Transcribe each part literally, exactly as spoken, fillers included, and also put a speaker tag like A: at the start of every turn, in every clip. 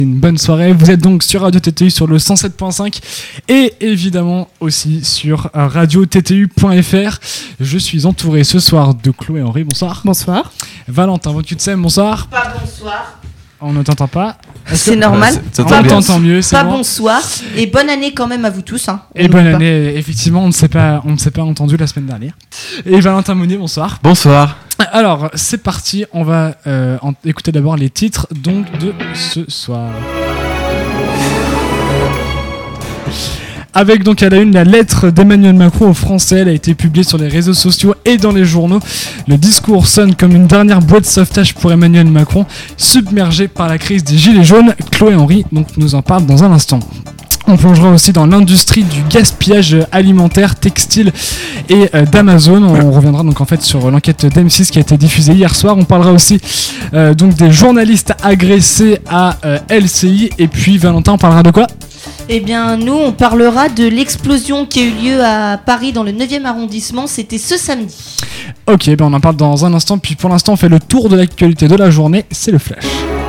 A: Une bonne soirée, vous êtes donc sur Radio T T U sur le cent sept point cinq et évidemment aussi sur radio t t u point f r. Je suis entouré ce soir de Chloé Henry, bonsoir.
B: Bonsoir.
A: Valentin Vaucutsem, bonsoir.
C: Pas bonsoir.
A: On ne t'entend pas.
C: Est-ce c'est que... normal.
A: On t'entend mieux, c'est
C: Pas
A: bon.
C: Bonsoir et bonne année quand même à vous tous. Hein.
A: Et bonne année, effectivement, on ne s'est pas, on ne s'est pas entendu la semaine dernière. Et Valentin Monnier, bonsoir.
D: Bonsoir.
A: Alors, c'est parti, on va euh, en- écouter d'abord les titres donc de ce soir. Avec donc à la une la lettre d'Emmanuel Macron aux Français, elle a été publiée sur les réseaux sociaux et dans les journaux. Le discours sonne comme une dernière bouée de sauvetage pour Emmanuel Macron, submergé par la crise des gilets jaunes. Chloé Henry donc nous en parle dans un instant. On plongera aussi dans l'industrie du gaspillage alimentaire, textile et euh, d'Amazon. On reviendra donc en fait sur l'enquête d'M six qui a été diffusée hier soir. On parlera aussi euh, donc des journalistes agressés à euh, L C I. Et puis Valentin, on parlera de quoi ?
C: Eh bien, nous, on parlera de l'explosion qui a eu lieu à Paris dans le neuvième arrondissement. C'était ce samedi.
A: Ok, ben on en parle dans un instant. Puis pour l'instant, on fait le tour de l'actualité de la journée. C'est le flash.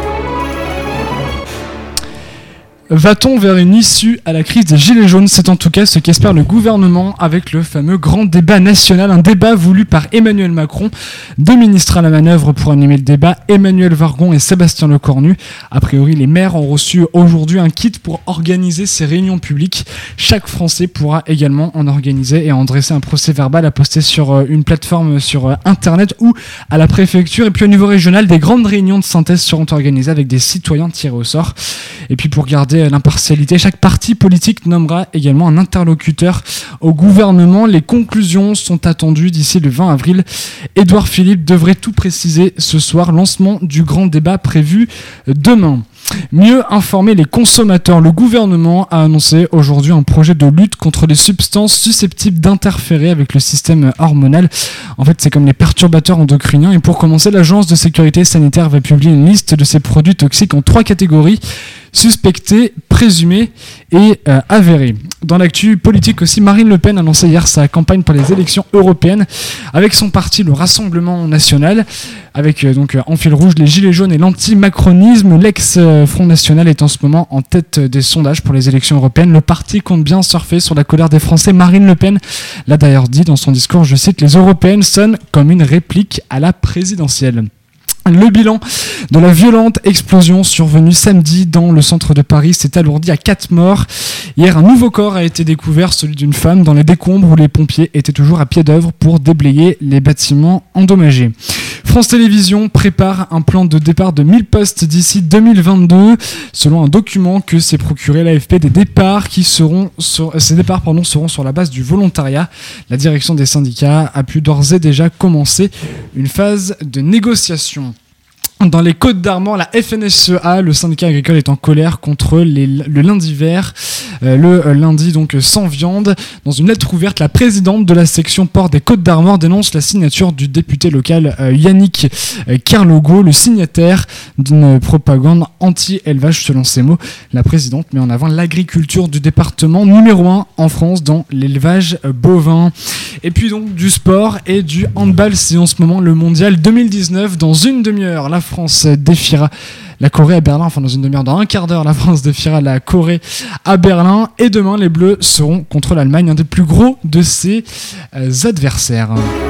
A: Va-t-on vers une issue à la crise des Gilets jaunes ? C'est en tout cas ce qu'espère le gouvernement avec le fameux grand débat national, un débat voulu par Emmanuel Macron. Deux ministres à la manœuvre pour animer le débat, Emmanuel Vargon et Sébastien Lecornu. A priori, les maires ont reçu aujourd'hui un kit pour organiser ces réunions publiques. Chaque Français pourra également en organiser et en dresser un procès-verbal à poster sur une plateforme sur Internet ou à la préfecture. Et puis au niveau régional, des grandes réunions de synthèse seront organisées avec des citoyens tirés au sort. Et puis pour garder l'impartialité, chaque parti politique nommera également un interlocuteur au gouvernement. Les conclusions sont attendues d'ici le vingt avril. Édouard Philippe devrait tout préciser ce soir, lancement du grand débat prévu demain. Mieux informer les consommateurs. Le gouvernement a annoncé aujourd'hui un projet de lutte contre les substances susceptibles d'interférer avec le système hormonal. En fait, c'est comme les perturbateurs endocriniens. Et pour commencer, l'Agence de sécurité sanitaire va publier une liste de ces produits toxiques en trois catégories: suspectés, présumés et euh, avérés. Dans l'actu politique aussi, Marine Le Pen a lancé hier sa campagne pour les élections européennes avec son parti, le Rassemblement National, avec euh, donc en fil rouge les gilets jaunes et l'anti-macronisme. L'ex-Front National est en ce moment en tête des sondages pour les élections européennes. Le parti compte bien surfer sur la colère des Français. Marine Le Pen l'a d'ailleurs dit dans son discours, je cite, « Les européennes sonnent comme une réplique à la présidentielle ». Le bilan de la violente explosion survenue samedi dans le centre de Paris s'est alourdi à quatre morts. Hier, un nouveau corps a été découvert, celui d'une femme, dans les décombres où les pompiers étaient toujours à pied d'œuvre pour déblayer les bâtiments endommagés. France Télévisions prépare un plan de départ de mille postes d'ici deux mille vingt-deux. Selon un document que s'est procuré l'A F P, des départs qui seront sur, ces départs pardon, seront sur la base du volontariat. La direction des syndicats a pu d'ores et déjà commencer une phase de négociation. Dans les Côtes-d'Armor, la F N S E A, le syndicat agricole, est en colère contre les, le lundi vert, euh, le euh, lundi donc sans viande. Dans une lettre ouverte, la présidente de la section port des Côtes-d'Armor dénonce la signature du député local euh, Yannick euh, Kerlogo, le signataire d'une propagande anti-élevage selon ses mots. La présidente met en avant l'agriculture du département numéro un en France dans l'élevage euh, bovin. Et puis donc du sport et du handball, c'est en ce moment le mondial deux mille dix-neuf. Dans une demi-heure, la France défiera la Corée à Berlin, enfin dans une demi-heure, dans un quart d'heure, la France défiera la Corée à Berlin. Et demain, les Bleus seront contre l'Allemagne, un des plus gros de ses euh, adversaires.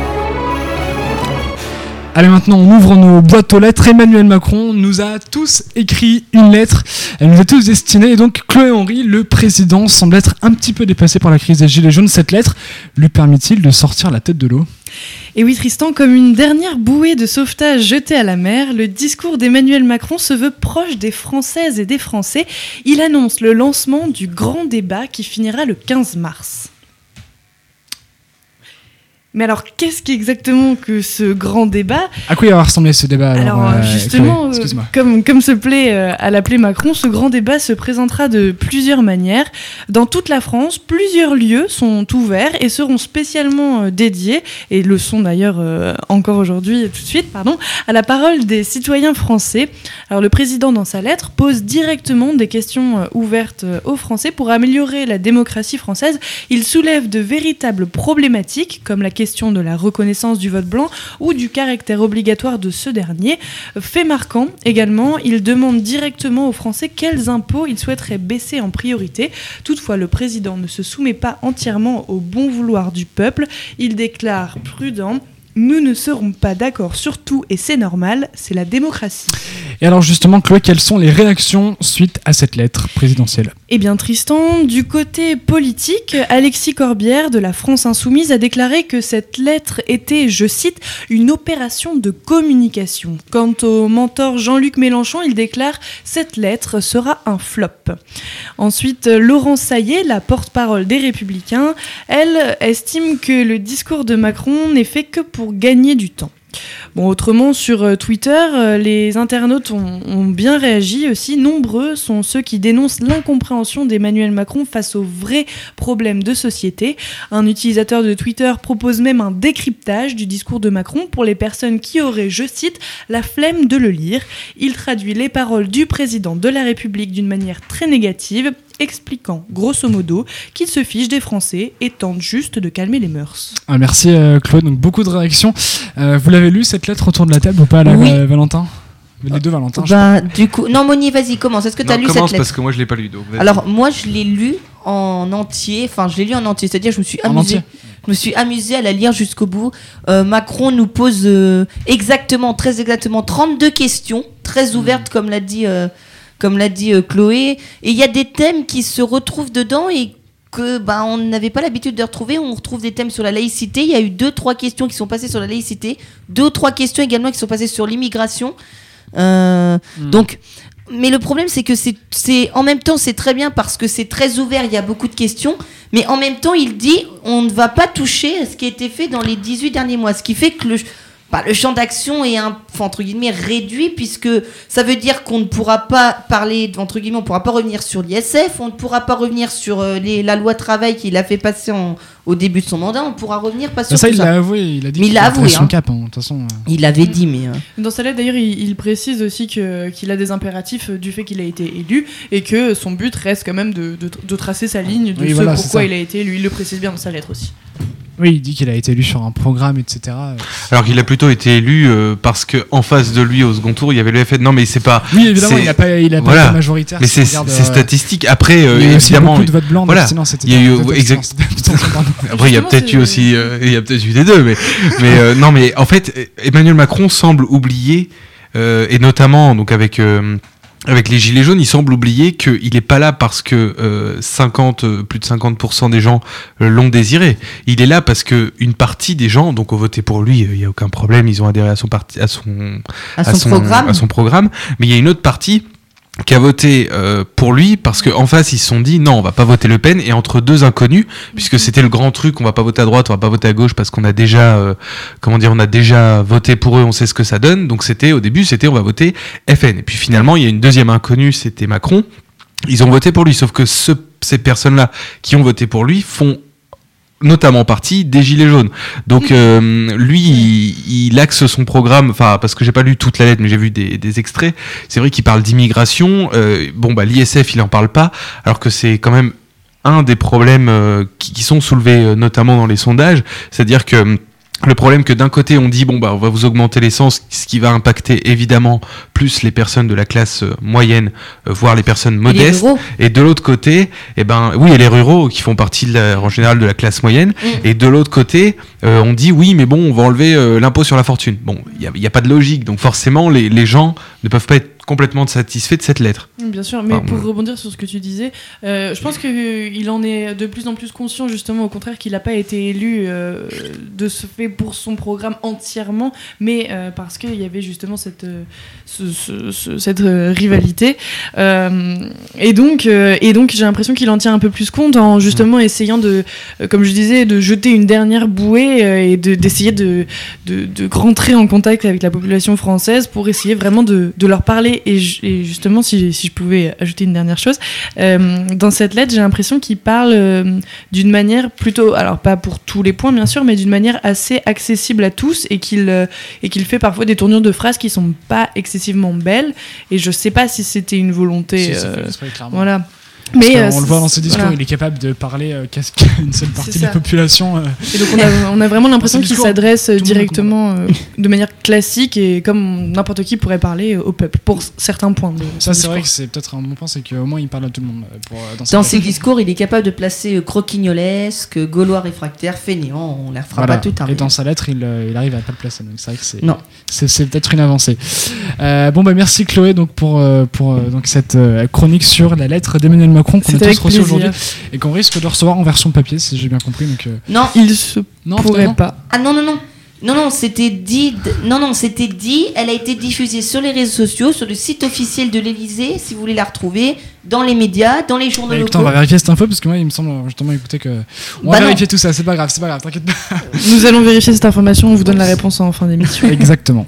A: Allez, maintenant on ouvre nos boîtes aux lettres. Emmanuel Macron nous a tous écrit une lettre, elle nous est tous destinée, et donc Chloé Henry, le président, semble être un petit peu dépassé par la crise des gilets jaunes. Cette lettre lui permet-il de sortir la tête de l'eau ?
B: Et oui Tristan, comme une dernière bouée de sauvetage jetée à la mer, le discours d'Emmanuel Macron se veut proche des Françaises et des Français. Il annonce le lancement du grand débat qui finira le quinze mars. Mais alors, qu'est-ce qu'exactement que ce grand débat ?
A: À quoi il va ressembler ce débat alors,
B: Alors
A: euh,
B: justement,
A: Chloé,
B: euh, comme, comme se plaît euh, à l'appeler Macron, ce grand débat se présentera de plusieurs manières. Dans toute la France, plusieurs lieux sont ouverts et seront spécialement euh, dédiés, et le sont d'ailleurs euh, encore aujourd'hui, tout de suite, pardon, à la parole des citoyens français. Alors le président, dans sa lettre, pose directement des questions euh, ouvertes euh, aux Français pour améliorer la démocratie française. Il soulève de véritables problématiques, comme la question question de la reconnaissance du vote blanc ou du caractère obligatoire de ce dernier. Fait marquant également, il demande directement aux Français quels impôts ils souhaiteraient baisser en priorité. Toutefois, le président ne se soumet pas entièrement au bon vouloir du peuple. Il déclare prudent: nous ne serons pas d'accord sur tout et c'est normal, c'est la démocratie.
A: Et alors justement, Chloé, quelles sont les réactions suite à cette lettre présidentielle ?
B: Eh bien Tristan, du côté politique, Alexis Corbière de la France Insoumise a déclaré que cette lettre était, je cite, une opération de communication. Quant au mentor Jean-Luc Mélenchon, il déclare « Cette lettre sera un flop ». Ensuite, Laurence Saillet, la porte-parole des Républicains, elle estime que le discours de Macron n'est fait que pour gagner du temps. Bon, autrement, sur Twitter, les internautes ont, ont bien réagi aussi. Nombreux sont ceux qui dénoncent l'incompréhension d'Emmanuel Macron face aux vrais problèmes de société. Un utilisateur de Twitter propose même un décryptage du discours de Macron pour les personnes qui auraient, je cite, la flemme de le lire. Il traduit les paroles du président de la République d'une manière très négative, expliquant grosso modo qu'il se fiche des Français et tente juste de calmer les mœurs.
A: Ah, merci euh, Claude, donc beaucoup de réactions. Euh, vous l'avez lu cette lettre autour de la table ou pas, la,
C: oui.
A: euh, Valentin ? Les deux Valentin.
C: Bah, du coup, non Moni, vas-y, commence. Est-ce que tu as lu cette lettre ?
D: Parce que moi je l'ai pas lu. Donc,
C: alors moi je l'ai lu en entier, enfin je l'ai lu en entier, c'est-à-dire je me suis amusée. Je me suis amusée à la lire jusqu'au bout. Euh, Macron nous pose euh, exactement, très exactement trente-deux questions, très ouvertes comme l'a dit. Euh, comme l'a dit euh, Chloé, et il y a des thèmes qui se retrouvent dedans et que bah, on n'avait pas l'habitude de retrouver. On retrouve des thèmes sur la laïcité, il y a eu deux, trois questions qui sont passées sur la laïcité, deux ou trois questions également qui sont passées sur l'immigration. Euh, mmh. Donc, mais le problème c'est que c'est, c'est, en même temps c'est très bien parce que c'est très ouvert, il y a beaucoup de questions, mais en même temps il dit on ne va pas toucher à ce qui a été fait dans les dix-huit derniers mois, ce qui fait que le... Bah, le champ d'action est un, entre guillemets réduit puisque ça veut dire qu'on ne pourra pas parler, entre guillemets, on ne pourra pas revenir sur l'I S F, on ne pourra pas revenir sur euh, les, la loi travail qu'il a fait passer en, au début de son mandat, on ne pourra revenir pas sur
A: ça,
C: tout
A: il
C: ça.
A: l'a avoué, il a dit
C: mais
A: qu'il
C: il a avoué
A: son
C: hein.
A: cap, hein, de toute façon. Euh...
C: Il l'avait dit, mais... Euh...
B: Dans sa lettre, d'ailleurs, il, il précise aussi que, qu'il a des impératifs du fait qu'il a été élu et que son but reste quand même de, de, de tracer sa ligne de
A: oui,
B: ce
A: voilà,
B: pourquoi il a été élu. Il le précise bien dans sa lettre aussi.
A: Oui, il dit qu'il a été élu sur un programme, et cetera.
D: Alors qu'il a plutôt été élu euh, parce qu'en face de lui, au second tour, il y avait le F N. Non, mais c'est pas...
A: Oui, évidemment,
D: c'est...
A: il n'a pas, il a pas
D: voilà.
A: été majoritaire.
D: Mais c'est,
A: regarde,
D: c'est
A: euh...
D: statistique. Après, euh,
A: il y a
D: évidemment...
A: aussi beaucoup de votes blancs.
D: Voilà.
A: Non, c'était
D: il y a eu...
A: vote
D: Exact...
A: Après,
D: il y a peut-être c'est... eu aussi... Euh, il y a peut-être eu des deux, mais... mais euh, non, mais en fait, Emmanuel Macron semble oublier, euh, et notamment donc avec... Euh, Avec les gilets jaunes, il semble oublier qu'il n'est pas là parce que euh, cinquante, plus de cinquante pour cent des gens euh, l'ont désiré. Il est là parce que une partie des gens donc ont voté pour lui. Il n'y a aucun problème, ils ont adhéré à son parti, à son,
C: à son, à son programme.
D: à son programme. Mais il y a une autre partie qui a voté euh, pour lui parce qu'en face ils se sont dit non, on va pas voter Le Pen, et entre deux inconnus, puisque c'était le grand truc, on va pas voter à droite, on va pas voter à gauche parce qu'on a déjà euh, comment dire on a déjà voté pour eux, on sait ce que ça donne. Donc c'était au début c'était on va voter F N, et puis finalement il y a une deuxième inconnue, c'était Macron. Ils ont voté pour lui, sauf que ce, ces personnes-là qui ont voté pour lui font notamment partie des gilets jaunes. Donc euh, lui il, il axe son programme, enfin parce que j'ai pas lu toute la lettre mais j'ai vu des, des extraits. C'est vrai qu'il parle d'immigration, euh, bon bah l'I S F il en parle pas, alors que c'est quand même un des problèmes euh, qui, qui sont soulevés euh, notamment dans les sondages, c'est-à-dire que le problème que d'un côté on dit bon bah on va vous augmenter l'essence, ce qui va impacter évidemment plus les personnes de la classe euh, moyenne, euh, voire les personnes modestes, et, et de l'autre côté, eh ben oui, et les ruraux qui font partie de la, en général de la classe moyenne, mmh. et de l'autre côté euh, on dit oui mais bon on va enlever euh, l'impôt sur la fortune. Bon, il y a, y a pas de logique, donc forcément les, les gens ne peuvent pas être complètement satisfait de cette lettre.
B: Bien sûr, mais
D: enfin,
B: pour
D: ouais.
B: rebondir sur ce que tu disais, euh, je pense qu'il en est de plus en plus conscient, justement, au contraire, qu'il n'a pas été élu euh, de ce fait pour son programme entièrement, mais euh, parce qu'il y avait justement cette, ce, ce, ce, cette euh, rivalité. Euh, et, donc, euh, et donc, j'ai l'impression qu'il en tient un peu plus compte en justement mmh. essayant de, euh, comme je disais, de jeter une dernière bouée euh, et de, d'essayer de, de, de rentrer en contact avec la population française pour essayer vraiment de, de leur parler. Et, et justement, si, si je pouvais ajouter une dernière chose, euh, dans cette lettre, j'ai l'impression qu'il parle euh, d'une manière plutôt, alors pas pour tous les points bien sûr, mais d'une manière assez accessible à tous, et qu'il, euh, et qu'il fait parfois des tournures de phrases qui sont pas excessivement belles. Et je sais pas si c'était une volonté.
A: Si,
B: euh,
A: c'est fait, clairement.
B: Voilà. Mais
A: euh,
B: euh,
A: on le voit dans ses discours,
B: voilà.
A: il est capable de parler euh, qu'à une seule partie de la population. Euh.
B: Et donc on a, on a vraiment l'impression qu'il
A: discours,
B: s'adresse directement euh, de manière classique et comme n'importe qui pourrait parler au peuple pour certains points. De
A: Ça, c'est
B: discours.
A: vrai que c'est peut-être un bon point, c'est qu'au moins il parle à tout le monde. Pour, dans
C: Dans ses discours, il est capable de placer euh, croquignolesque, gaulois réfractaire, fainéant, on ne les refera
A: voilà.
C: pas tout. Hein,
A: et dans sa lettre, il, euh, il arrive à pas le placer. Donc c'est vrai que c'est,
C: non.
A: c'est, c'est peut-être une avancée. Euh, bon, bah merci Chloé donc, pour, euh, pour euh, donc, cette euh, chronique sur la lettre d'Emmanuel Macron qu'on
B: C'était
A: a
B: avec
A: tous reçue
B: plaisir.
A: aujourd'hui et qu'on risque de recevoir en version papier, si j'ai bien compris. Donc, euh...
C: Non,
B: il se
A: non,
B: pourrait
A: finalement.
B: pas.
C: Ah non, non, non. Non, non, c'était dit. Non, non, c'était dit. Elle a été diffusée sur les réseaux sociaux, sur le site officiel de l'Élysée, si vous voulez la retrouver, dans les médias, dans les journaux
A: Bah, écoute,
C: locaux.
A: on va vérifier cette info parce que moi, il me semble justement écouter que. On
C: Bah
A: va
C: non.
A: vérifier tout ça, c'est pas grave, c'est pas grave, t'inquiète pas.
B: Nous allons vérifier cette information, on vous donne la réponse en fin d'émission.
A: Exactement.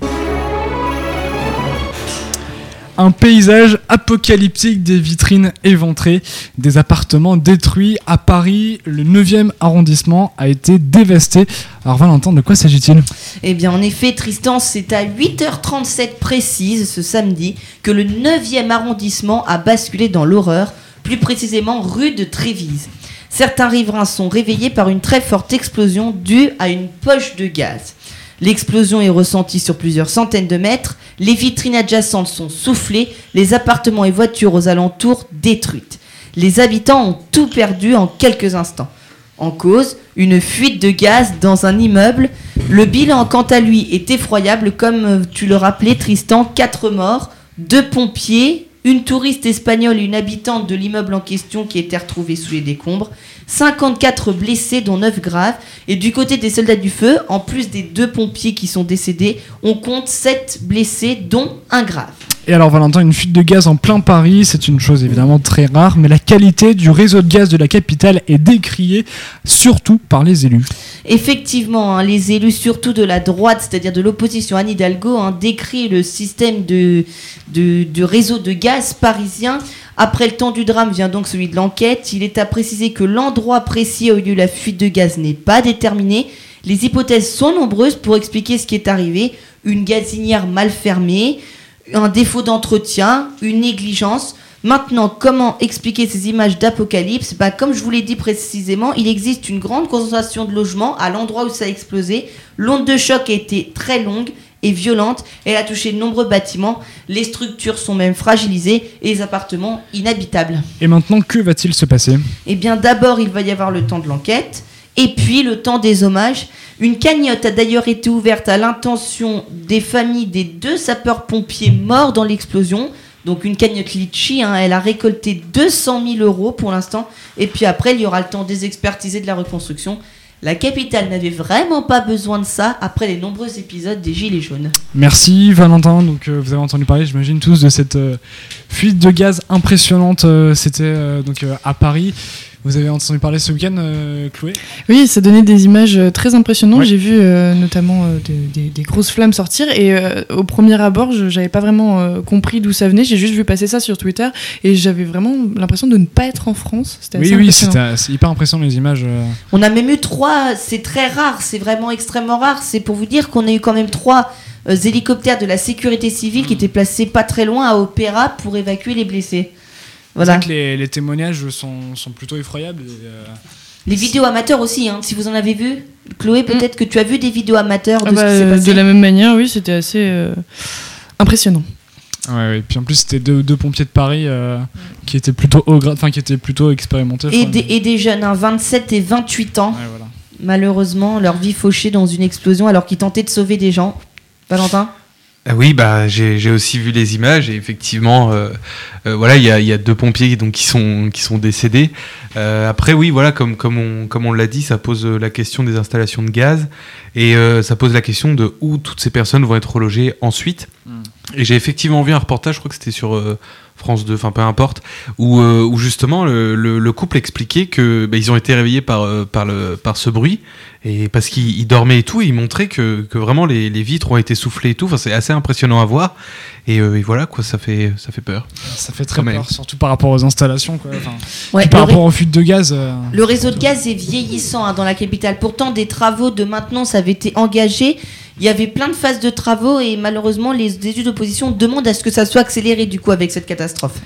A: Un paysage apocalyptique, des vitrines éventrées, des appartements détruits à Paris. Le neuvième arrondissement a été dévasté. Alors Valentin, de quoi s'agit-il ?
C: Eh bien, en effet, Tristan, c'est à huit heures trente-sept précise ce samedi que le neuvième arrondissement a basculé dans l'horreur, plus précisément rue de Trévise. Certains riverains sont réveillés par une très forte explosion due à une poche de gaz. L'explosion est ressentie sur plusieurs centaines de mètres, les vitrines adjacentes sont soufflées, les appartements et voitures aux alentours détruites. Les habitants ont tout perdu en quelques instants. En cause, une fuite de gaz dans un immeuble. Le bilan, quant à lui, est effroyable, comme tu le rappelais, Tristan, quatre morts, deux pompiers, une touriste espagnole et une habitante de l'immeuble en question qui étaient retrouvées sous les décombres, cinquante-quatre blessés dont neuf graves, et du côté des soldats du feu, en plus des deux pompiers qui sont décédés, on compte sept blessés dont un grave.
A: Et alors Valentin, une fuite de gaz en plein Paris, c'est une chose évidemment très rare, mais la qualité du réseau de gaz de la capitale est décriée, surtout par les élus.
C: Effectivement, hein, les élus, surtout de la droite, c'est-à-dire de l'opposition, Anne Hidalgo, hein, décrit le système de, de, de réseau de gaz parisien. Après le temps du drame vient donc celui de l'enquête. Il est à préciser que l'endroit précis où a eu lieu la fuite de gaz n'est pas déterminé. Les hypothèses sont nombreuses pour expliquer ce qui est arrivé. Une gazinière mal fermée, un défaut d'entretien, une négligence. Maintenant, comment expliquer ces images d'apocalypse ? Bah, comme je vous l'ai dit précisément, il existe une grande concentration de logements à l'endroit où ça a explosé. L'onde de choc a été très longue et violente. Elle a touché de nombreux bâtiments. Les structures sont même fragilisées et les appartements inhabitables.
A: Et maintenant, que va-t-il se passer ?
C: Eh bien, d'abord, il va y avoir le temps de l'enquête. Et puis, le temps des hommages. Une cagnotte a d'ailleurs été ouverte à l'intention des familles des deux sapeurs-pompiers morts dans l'explosion. Donc une cagnotte Litchi, hein, elle a récolté deux cent mille euros pour l'instant. Et puis après, il y aura le temps des expertises et de la reconstruction. La capitale n'avait vraiment pas besoin de ça après les nombreux épisodes des Gilets jaunes.
A: Merci Valentin, donc euh, vous avez entendu parler, j'imagine tous, de cette euh, fuite de gaz impressionnante. Euh, c'était euh, donc euh, à Paris. Vous avez entendu parler ce week-end, euh, Chloé ?
B: Oui, ça donnait des images euh, très impressionnantes.
A: Ouais.
B: J'ai vu euh, notamment euh, des, des, des grosses flammes sortir et euh, au premier abord, je n'avais pas vraiment euh, compris d'où ça venait. J'ai juste vu passer ça sur Twitter et j'avais vraiment l'impression de ne pas être en France. C'était assez
A: Oui, oui,
B: impressionnant.
A: c'était, c'est hyper impressionnant les images. Euh...
C: On a même eu trois, c'est très rare, c'est vraiment extrêmement rare. C'est pour vous dire qu'on a eu quand même trois euh, hélicoptères de la sécurité civile qui étaient placés pas très loin à Opéra pour évacuer les blessés. Voilà.
A: C'est vrai que les, les témoignages sont, sont plutôt effroyables. Et, euh...
C: Les vidéos amateurs aussi, hein, si vous en avez vu. Chloé, peut-être que tu as vu des vidéos amateurs de
B: Ah
C: ce
B: bah,
C: qui s'est passé.
B: de la même manière, oui, c'était assez euh, impressionnant.
A: Ouais, ouais. Puis en plus, c'était deux, deux pompiers de Paris euh, qui étaient plutôt haut grade, enfin qui étaient plutôt expérimentés. je
C: Et
A: crois.
C: des, et des jeunes, hein, vingt-sept et vingt-huit ans.
A: Ouais, voilà.
C: Malheureusement, leur vie fauchée dans une explosion alors qu'ils tentaient de sauver des gens. Valentin ?
D: Ah oui, bah j'ai j'ai aussi vu les images et effectivement, euh, euh, voilà, il y a, il y a deux pompiers donc qui sont qui sont décédés. Euh, après, oui, voilà, comme comme on comme on l'a dit, ça pose la question des installations de gaz et euh, ça pose la question de où toutes ces personnes vont être relogées ensuite. Mm. Et j'ai effectivement vu un reportage, je crois que c'était sur euh, France deux, enfin peu importe, où, euh, où justement le, le, le couple expliquait que bah, ils ont été réveillés par euh, par le par ce bruit. Et parce qu'ils ils dormaient et tout, et ils montraient que, que vraiment les, les vitres ont été soufflées et tout. Enfin, c'est assez impressionnant à voir. Et, euh, et voilà, quoi, ça fait, ça fait peur.
A: Ça fait très
D: Quand
A: peur,
D: même.
A: surtout par rapport aux installations. Quoi. Enfin,
C: Ouais,
A: puis par
C: le,
A: rapport
C: ré-
A: aux fuites de gaz. Euh...
C: le réseau de gaz est vieillissant hein, dans la capitale. Pourtant, des travaux de maintenance avaient été engagés. Il y avait plein de phases de travaux et malheureusement, les élus d'opposition demandent à ce que ça soit accéléré du coup avec cette catastrophe.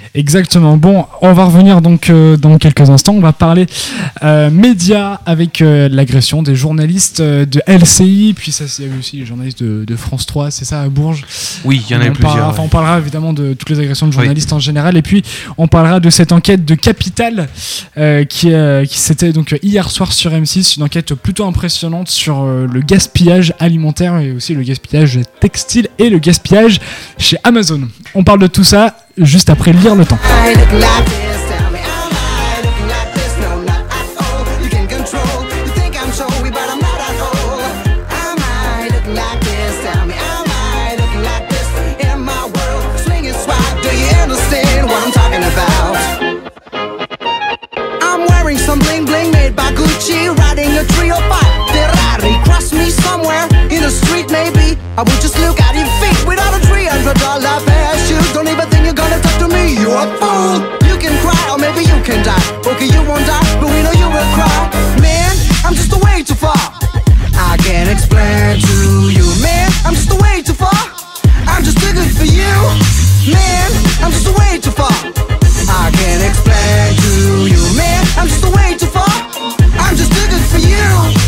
A: Exactement. Bon, on va revenir donc euh, dans quelques instants. On va parler euh, médias avec euh, l'agression des journalistes euh, de L C I, puis ça, il y a aussi les journalistes de, de France trois, c'est ça, à Bourges.
D: Oui, il y en a
A: on
D: plusieurs.
A: Parlera,
D: Ouais.
A: Enfin, on parlera évidemment de toutes les agressions de journalistes
D: oui.
A: en général, et puis on parlera de cette enquête de Capital euh, qui, euh, qui c'était donc hier soir sur M six, une enquête plutôt impressionnante sur euh, le gaspillage alimentaire et aussi le gaspillage textile et le gaspillage chez Amazon. On parle de tout ça juste après Lire le temps.
E: I'm wearing some bling bling made by Gucci, riding a three oh five Ferrari. Cross me somewhere in the street maybe, I would just look at your feet without a three hundred dollar pair of shoes. Don't even think you're gonna talk to me, you're a fool. You can cry or maybe you can die. Okay, you won't die, but we know you will cry. Man, I'm just a way too far. I can't explain to you, man, I'm just a way too far. I'm just too good for you, man, I'm just a way too far. I can't explain to you, man, I'm just a way too far. I'm just too good for you.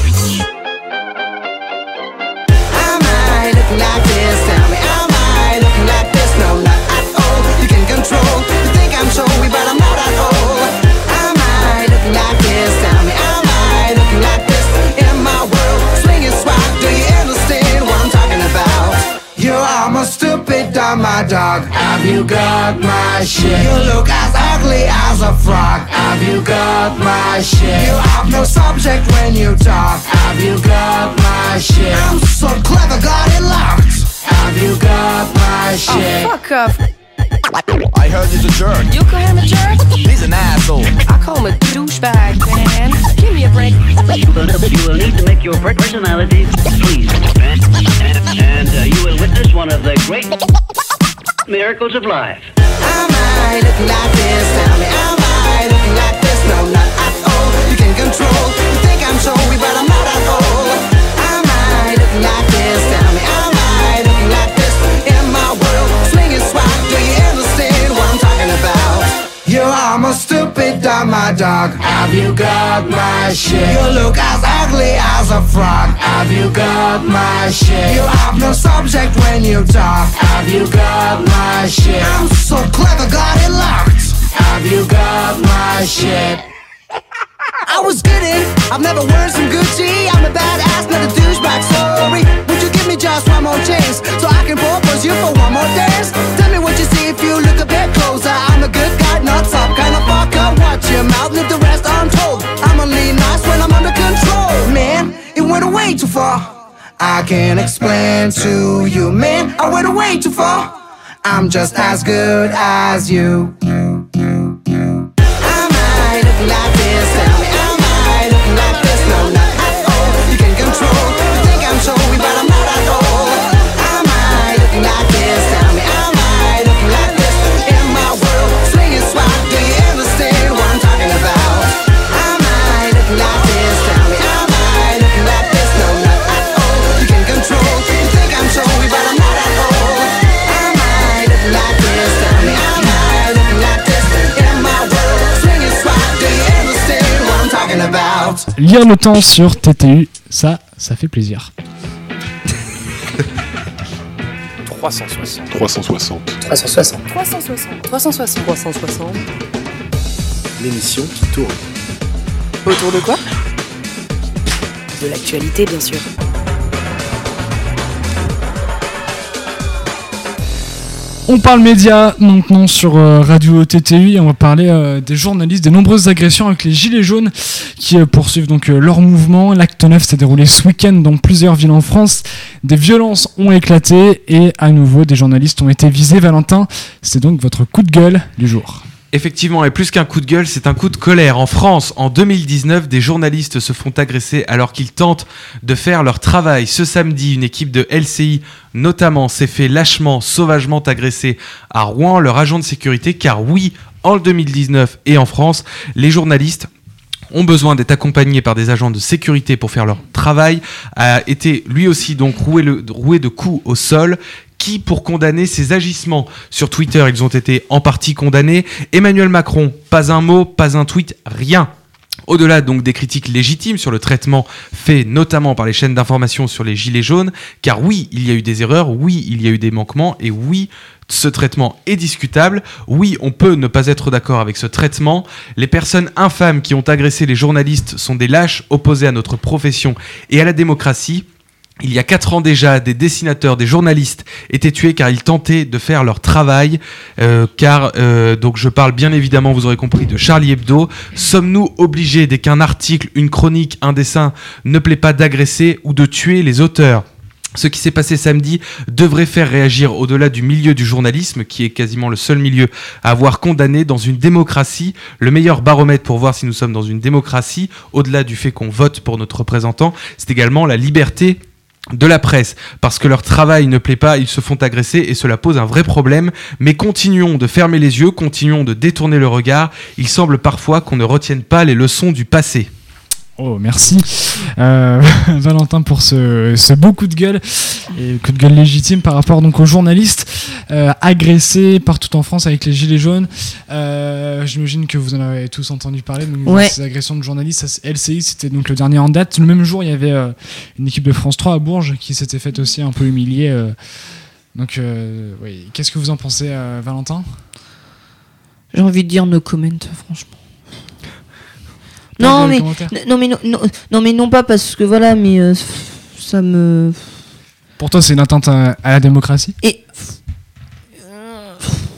E: Am I looking like this? Tell me, am I looking like this? No, not at all. You can control, you think I'm showy, but I'm not at all. Am I looking like this? Tell me, am I looking like this? In my world, swinging swag, do you understand what I'm talking about? You are my stupid dumb, my dog. Have you got my shit? You look as ugly as a frog. Have you got my shit? You have no subject when you talk. Have you got my shit? I'm so clever, got it locked. Have you got my shit?
F: Oh, fuck off.
G: I heard he's a jerk.
F: You call him a jerk?
G: He's an asshole.
F: I call him a douchebag, man. Give me a break.
H: You will need to make your personality please. And, and, and uh, you will witness one of the great miracles of life.
E: Am I looking like this? Tell me, am I looking like this? No, not at all. You can control, you think I'm showy, but I'm not at all. Am I looking like this? Tell me, am I looking like this? In my world, swinging swag, do you understand what I'm talking about? You are my stupid dumb, my dog. Have you got my shit? You look as ugly as a frog. Have you got my shit? You have no subject when you talk. Have you got my shit? I'm so clever, got it locked. Have you got my shit? I was kidding, I've never worn some Gucci. I'm a badass, not a douchebag, sorry. Would you give me just one more chance so I can propose you for one more dance? Tell me what you see if you look a bit closer. I'm a good guy, not some kind of fucker. Watch your mouth, leave the rest untold. I'm only nice when I'm under control. Man, it went way too far. I can't explain to you, man, I went way too far. I'm just as good as you. Am I looking like this? Tell me, am I looking like this? No, not at all. You can control, you think I'm showy, but I'm not at all. Am I looking like this? Tell me, am I looking like this? In my world, swinging swag, do you understand what I'm talking about? Am I looking like this? Tell me, am I looking like this? No, not at all. You can control, you think I'm showy, but I'm not at all. Am I looking like this? Tell me, am I looking like this? In my world, swinging swag, do you understand what I'm talking about?
A: Lire le temps sur T T U, ça, ça fait plaisir.
G: trois cent soixante.
I: trois cent soixante.
F: trois cent soixante. trois cent soixante. trois cent soixante. trois cent soixante.
I: L'émission qui tourne.
F: Autour de quoi? De l'actualité, bien sûr.
A: On parle médias maintenant sur euh, Radio T T U et on va parler euh, des journalistes, des nombreuses agressions avec les Gilets jaunes qui euh, poursuivent donc euh, leur mouvement. L'acte neuf s'est déroulé ce week-end dans plusieurs villes en France. Des violences ont éclaté et à nouveau des journalistes ont été visés. Valentin, c'est donc votre coup de gueule du jour.
D: Effectivement, et plus qu'un coup de gueule, c'est un coup de colère. En France, en deux mille dix-neuf, des journalistes se font agresser alors qu'ils tentent de faire leur travail. Ce samedi, une équipe de L C I, notamment, s'est fait lâchement, sauvagement agresser à Rouen, leur agent de sécurité, car oui, en deux mille dix-neuf et en France, les journalistes ont besoin d'être accompagnés par des agents de sécurité pour faire leur travail, a été lui aussi donc roué, le, roué de coups au sol. Qui pour condamner ces agissements ? Sur Twitter, ils ont été en partie condamnés. Emmanuel Macron, pas un mot, pas un tweet, rien. Au-delà donc des critiques légitimes sur le traitement fait notamment par les chaînes d'information sur les gilets jaunes, car oui, il y a eu des erreurs, oui, il y a eu des manquements, et oui, ce traitement est discutable. Oui, on peut ne pas être d'accord avec ce traitement. Les personnes infâmes qui ont agressé les journalistes sont des lâches opposés à notre profession et à la démocratie. Il y a quatre ans déjà, des dessinateurs, des journalistes étaient tués car ils tentaient de faire leur travail. Euh, car, euh, donc je parle bien évidemment, vous aurez compris, de Charlie Hebdo. Sommes-nous obligés, dès qu'un article, une chronique, un dessin ne plaît pas, d'agresser ou de tuer les auteurs ? Ce qui s'est passé samedi devrait faire réagir au-delà du milieu du journalisme, qui est quasiment le seul milieu à avoir condamné dans une démocratie. Le meilleur baromètre pour voir si nous sommes dans une démocratie, au-delà du fait qu'on vote pour notre représentant, c'est également la liberté de la presse, parce que leur travail ne plaît pas, ils se font agresser et cela pose un vrai problème. Mais continuons de fermer les yeux, continuons de détourner le regard. Il semble parfois qu'on ne retienne pas les leçons du passé.
A: Oh, merci euh, Valentin pour ce, ce beau coup de gueule, et coup de gueule légitime par rapport donc aux journalistes euh, agressés partout en France avec les gilets jaunes. Euh, j'imagine que vous en avez tous entendu parler, donc,
C: ouais.
A: Ces agressions de journalistes. L C I, c'était donc le dernier en date. Le même jour, il y avait euh, une équipe de France trois à Bourges qui s'était faite aussi un peu humilier. Euh, donc, euh, oui. Qu'est-ce que vous en pensez, euh, Valentin ?
C: J'ai envie de dire no comment, franchement. Non mais, non mais non, non, non mais non pas parce que voilà, mais euh, ça me...
A: Pour toi, c'est une atteinte à, à la démocratie ?
C: Et euh,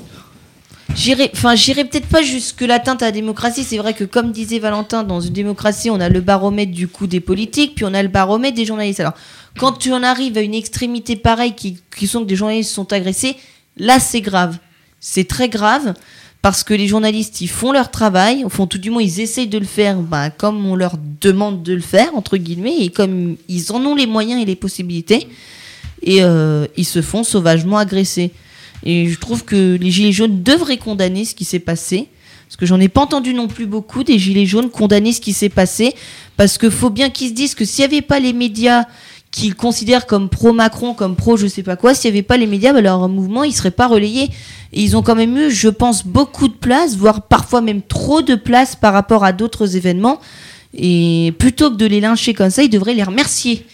C: j'irai, enfin j'irai peut-être pas jusque l'atteinte à la démocratie. C'est vrai que comme disait Valentin, dans une démocratie, on a le baromètre du coup des politiques, puis on a le baromètre des journalistes. Alors quand tu en arrives à une extrémité pareille, qui, qui sont que des journalistes sont agressés, là c'est grave, c'est très grave. Parce que les journalistes, ils font leur travail, au fond, tout du moins, ils essayent de le faire bah, comme on leur demande de le faire, entre guillemets, et comme ils en ont les moyens et les possibilités, et euh, ils se font sauvagement agresser. Et je trouve que les Gilets jaunes devraient condamner ce qui s'est passé, parce que j'en ai pas entendu non plus beaucoup, des Gilets jaunes condamner ce qui s'est passé, parce qu'il faut bien qu'ils se disent que s'il n'y avait pas les médias qu'ils considèrent comme pro-Macron, comme pro je sais pas quoi, s'il n'y avait pas les médias, bah, leur mouvement, il serait pas relayé. Et ils ont quand même eu, je pense, beaucoup de place, voire parfois même trop de place par rapport à d'autres événements. Et plutôt que de les lyncher comme ça, ils devraient les remercier.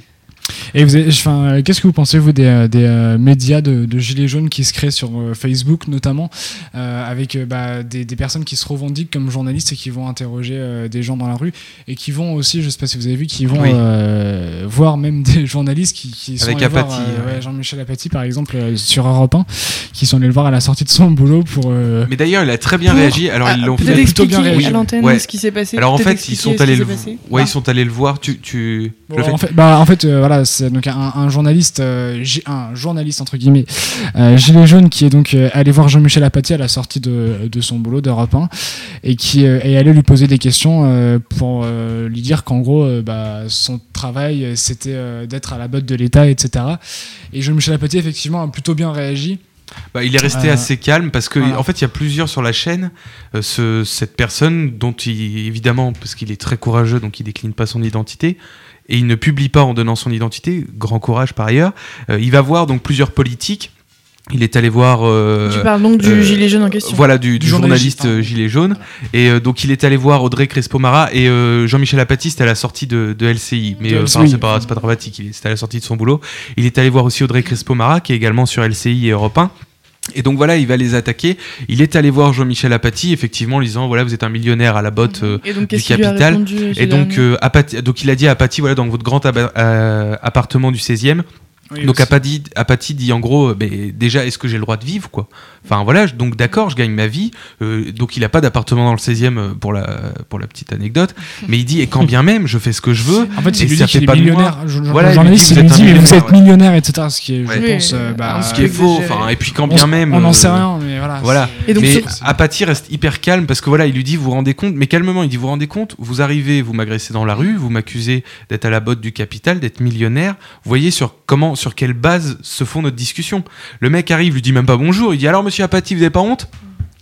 A: Et vous avez, enfin, qu'est-ce que vous pensez, vous, des, des euh, médias de, de gilets jaunes qui se créent sur euh, Facebook, notamment, euh, avec euh, bah, des, des personnes qui se revendiquent comme journalistes et qui vont interroger euh, des gens dans la rue, et qui vont aussi, je ne sais pas si vous avez vu, qui vont oui. euh, voir même des journalistes qui, qui sont
D: avec
A: allés
D: Apathy,
A: voir, euh,
D: ouais.
A: ouais, Jean-Michel Apathy, par exemple, euh, sur Europe un, qui sont allés le voir à la sortie de son boulot pour... Euh,
D: Mais d'ailleurs, il a très bien
B: pour,
D: réagi. Alors,
B: ah,
D: ils l'ont
B: fait
A: plutôt bien réagi.
B: À l'antenne,
D: ouais.
B: ce qui s'est passé.
D: Alors, en
B: peut-être
D: fait, ils sont allés le, ouais, ils sont allés le voir. Tu, tu...
A: Bon, en fait, bah, en fait, euh, voilà, c'est donc un, un journaliste, euh, un journaliste entre guillemets, euh, gilet jaune, qui est donc euh, allé voir Jean-Michel Apathy à la sortie de, de son boulot d'Europe un, et qui euh, est allé lui poser des questions euh, pour euh, lui dire qu'en gros, euh, bah, son travail, c'était euh, d'être à la botte de l'État, et cetera. Et Jean-Michel Apathy, effectivement, a plutôt bien réagi.
D: Bah, il est resté euh, assez calme parce que voilà. En fait il y a plusieurs sur la chaîne euh, ce, cette personne dont il évidemment parce qu'il est très courageux donc il décline pas son identité et il ne publie pas en donnant son identité, grand courage par ailleurs. Euh, il va voir donc plusieurs politiques. Il est allé voir. Euh,
B: tu parles donc du euh, gilet jaune en question.
D: Voilà, du, du, du journaliste, journaliste gilet jaune. Et euh, donc il est allé voir Audrey Crespo-Mara et euh, Jean-Michel Apathy, c'était à la sortie de, de L C I. Mais euh, enfin, c'est pas, c'est pas dramatique, c'était à la sortie de son boulot. Il est allé voir aussi Audrey Crespo-Mara, qui est également sur L C I et Europe un. Et donc voilà, il va les attaquer. Il est allé voir Jean-Michel Apathy, effectivement, en lui disant voilà, vous êtes un millionnaire à la botte euh,
B: et donc,
D: du capital. Répondu, et donc, euh, Apathy, donc il a dit à Apathy voilà, dans votre grand ab- euh, appartement du seizième. Oui, donc Apathy, Apathy dit en gros, bah, déjà est-ce que j'ai le droit de vivre quoi ? Enfin voilà, donc d'accord, je gagne ma vie. Euh, donc il n'a pas d'appartement dans le seizième pour la pour la petite anecdote, mais il dit et quand bien même, je fais ce que je veux.
A: En fait, il lui
D: dit
A: qu'il est millionnaire. Je,
D: voilà,
A: le journaliste, il lui dit mais vous êtes millionnaire, et cetera. Ce qui est,
D: ouais.
A: je pense, euh, bah,
D: ce qui est faux. Enfin et puis quand bien
A: on,
D: même,
A: on n'en sait rien, mais voilà.
D: Voilà.
B: Et donc,
D: mais
B: sur...
D: Apathy reste hyper calme parce que voilà, il lui dit vous vous rendez compte, mais calmement, il dit vous vous rendez compte, vous arrivez, vous m'agressez dans la rue, vous m'accusez d'être à la botte du capital, d'être millionnaire. Vous voyez sur comment, sur quelle base se font notre discussion. Le mec arrive, lui dit même pas bonjour, il dit alors monsieur Apathy, vous avez pas honte ?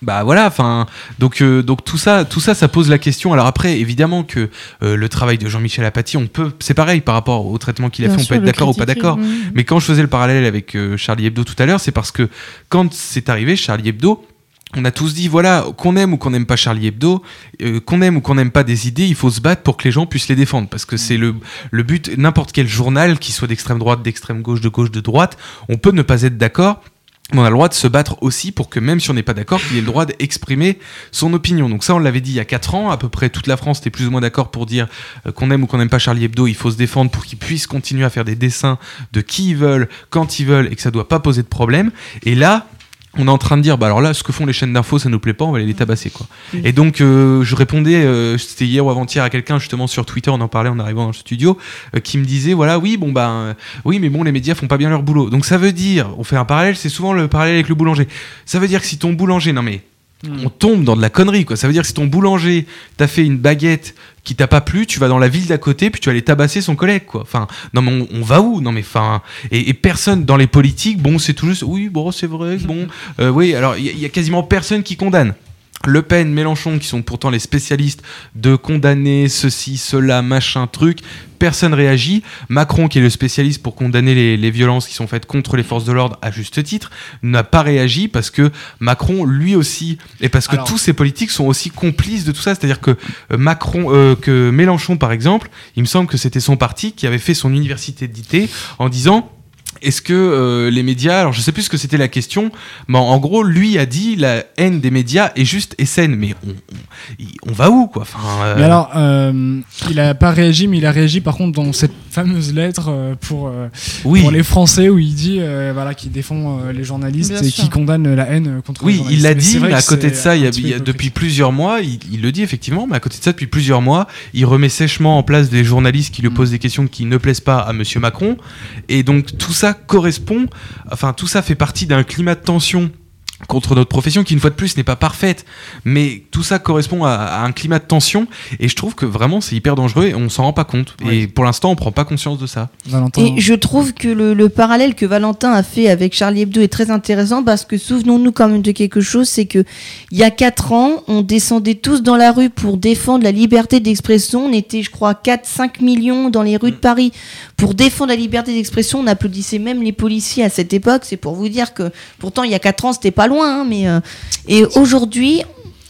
D: Bah voilà, enfin, donc euh, donc tout ça, tout ça, ça pose la question. Alors après, évidemment que euh, le travail de Jean-Michel Apathy, on peut, c'est pareil par rapport au traitement qu'il a
B: Bien
D: fait, on
B: sûr,
D: peut être
B: le
D: d'accord ou pas
B: critiquer,
D: d'accord.
B: mmh.
D: Mais quand je faisais le parallèle avec euh, Charlie Hebdo tout à l'heure, c'est parce que quand c'est arrivé, Charlie Hebdo, on a tous dit, voilà, qu'on aime ou qu'on n'aime pas Charlie Hebdo, euh, qu'on aime ou qu'on n'aime pas des idées, il faut se battre pour que les gens puissent les défendre. Parce que c'est le, le but, n'importe quel journal, qu'il soit d'extrême droite, d'extrême gauche, de gauche, de droite, on peut ne pas être d'accord, mais on a le droit de se battre aussi pour que même si on n'est pas d'accord, qu'il ait le droit d'exprimer son opinion. Donc ça, on l'avait dit il y a quatre ans, à peu près toute la France était plus ou moins d'accord pour dire euh, qu'on aime ou qu'on n'aime pas Charlie Hebdo, il faut se défendre pour qu'ils puissent continuer à faire des dessins de qui ils veulent, quand ils veulent, et que ça ne doit pas poser de problème. Et là, on est en train de dire, bah alors là, ce que font les chaînes d'infos, ça nous plaît pas, on va aller les tabasser, quoi. Mmh. Et donc, euh, je répondais, euh, c'était hier ou avant-hier à quelqu'un, justement, sur Twitter, on en parlait en arrivant dans le studio, euh, qui me disait, voilà, oui, bon, bah, euh, oui, mais bon, les médias font pas bien leur boulot. Donc, ça veut dire, on fait un parallèle, c'est souvent le parallèle avec le boulanger. Ça veut dire que si ton boulanger, non mais, mmh. on tombe dans de la connerie, quoi. Ça veut dire que si ton boulanger t'a fait une baguette qui t'a pas plu, tu vas dans la ville d'à côté, puis tu vas aller tabasser son collègue, quoi. Enfin, non mais on, on va où ? Non mais enfin, et, et personne dans les politiques, bon, c'est tout juste, oui, bon, c'est vrai, bon, euh, oui. Alors il y, y a quasiment personne qui condamne. Le Pen, Mélenchon, qui sont pourtant les spécialistes de condamner ceci, cela, machin, truc, personne réagit. Macron, qui est le spécialiste pour condamner les, les violences qui sont faites contre les forces de l'ordre, à juste titre, n'a pas réagi parce que Macron, lui aussi, et parce que Alors... tous ces politiques sont aussi complices de tout ça. C'est-à-dire que Macron, euh, que Mélenchon, par exemple, il me semble que c'était son parti qui avait fait son université d'été en disant... Est-ce que euh, les médias, alors je sais plus ce que c'était la question, mais en, en gros, lui a dit la haine des médias est juste et saine, mais on, on, on va où, quoi, enfin, euh...
A: Mais alors, euh, il a pas réagi, mais il a réagi par contre dans cette fameuse lettre euh, pour, euh,
D: oui.
A: pour les Français où il dit euh, voilà, qu'il défend euh, les journalistes
B: Bien
A: et
B: sûr.
A: qui condamne la haine contre
D: oui,
A: les journalistes.
D: Oui, il l'a
A: mais
D: dit, mais à côté de ça, il y a, il y a depuis plusieurs mois, il, il le dit effectivement, mais à côté de ça, depuis plusieurs mois, il remet sèchement en place des journalistes qui lui posent des questions qui ne plaisent pas à Monsieur Macron, et donc tout ça correspond. Enfin, tout ça fait partie d'un climat de tension contre notre profession qui, une fois de plus, n'est pas parfaite, mais tout ça correspond à, à un climat de tension, et je trouve que vraiment c'est hyper dangereux et on s'en rend pas compte. Oui. Et pour l'instant, on prend pas conscience de ça.
C: Valentin. Et je trouve que le, le parallèle que Valentin a fait avec Charlie Hebdo est très intéressant parce que souvenons-nous quand même de quelque chose, c'est que il y a quatre ans, on descendait tous dans la rue pour défendre la liberté d'expression. On était, je crois, quatre à cinq millions dans les rues de Paris pour défendre la liberté d'expression. On applaudissait même les policiers à cette époque. C'est pour vous dire que pourtant, il y a quatre ans, c'était pas loin, hein, mais euh, et aujourd'hui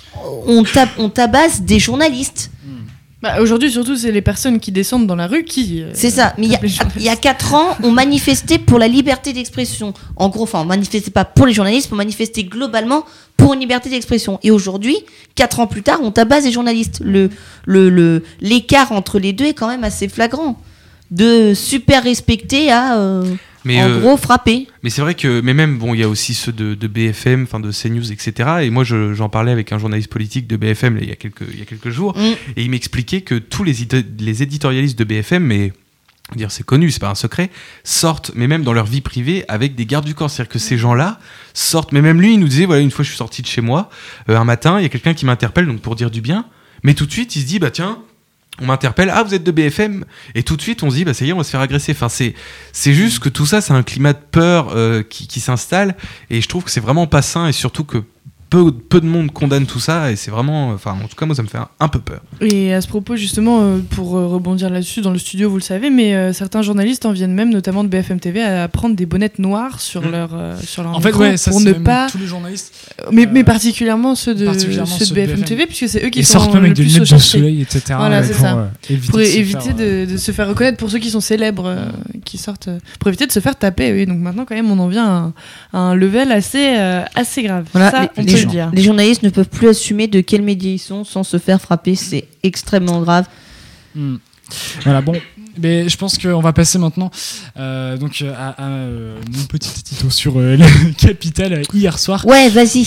C: on, tab- on tabasse des journalistes.
B: Bah, aujourd'hui surtout c'est les personnes qui descendent dans la rue qui euh,
C: c'est ça, mais il y a quatre ans on manifestait pour la liberté d'expression, en gros, enfin on manifestait pas pour les journalistes, on manifestait globalement pour une liberté d'expression, et aujourd'hui quatre ans plus tard on tabasse des journalistes. Le, le, le, l'écart entre les deux est quand même assez flagrant, de super respecter à euh, mais en euh, gros frapper.
D: Mais c'est vrai que, mais même bon, il y a aussi ceux de, de B F M, enfin de CNews, et cetera. Et moi, je, j'en parlais avec un journaliste politique de B F M là, il y a quelques il y a quelques jours, mm. et il m'expliquait que tous les les éditorialistes de B F M, mais dire c'est connu, c'est pas un secret, sortent, mais même dans leur vie privée, avec des gardes du corps. C'est-à-dire que ces gens-là sortent, mais même lui, il nous disait, voilà, une fois je suis sorti de chez moi, euh, un matin, il y a quelqu'un qui m'interpelle, donc pour dire du bien, mais tout de suite, il se dit, bah tiens. On m'interpelle, ah vous êtes de B F M, et tout de suite on se dit bah ça y est on va se faire agresser. Enfin c'est c'est juste que tout ça c'est un climat de peur euh, qui qui s'installe, et je trouve que c'est vraiment pas sain, et surtout que peu peu de monde condamne tout ça, et c'est vraiment, enfin en tout cas moi ça me fait un, un peu peur.
B: Et à ce propos justement euh, pour euh, rebondir là-dessus, dans le studio vous le savez, mais euh, certains journalistes en viennent même, notamment de B F M T V, à prendre des bonnettes noires sur mmh. leur euh, sur leur
A: en fait ouais, ça,
B: pour ne pas
A: tous les journalistes
B: mais, mais particulièrement ceux de particulièrement ceux de B F M T V, puisque c'est eux qui
A: ils
B: sont
A: sortent même avec des lunettes de soleil, et cetera.
B: Voilà, c'est
A: pour,
B: ça.
A: Euh, éviter
B: pour
A: de
B: éviter
A: faire,
B: de, de se faire reconnaître, pour ceux qui sont célèbres, euh, qui sortent, euh, pour éviter de se faire taper. Oui, donc maintenant quand même on en vient à un, à un level assez euh, assez grave.
C: Voilà,
B: ça,
C: les,
B: on
C: les,
B: peut le dire.
C: Les journalistes ne peuvent plus assumer de quels médias ils sont sans se faire frapper, c'est extrêmement grave.
A: Mmh. Voilà, bon, mais je pense qu'on va passer maintenant euh, donc à, à euh, mon petit tuto sur euh, le Capital euh, hier soir.
C: Ouais, vas-y.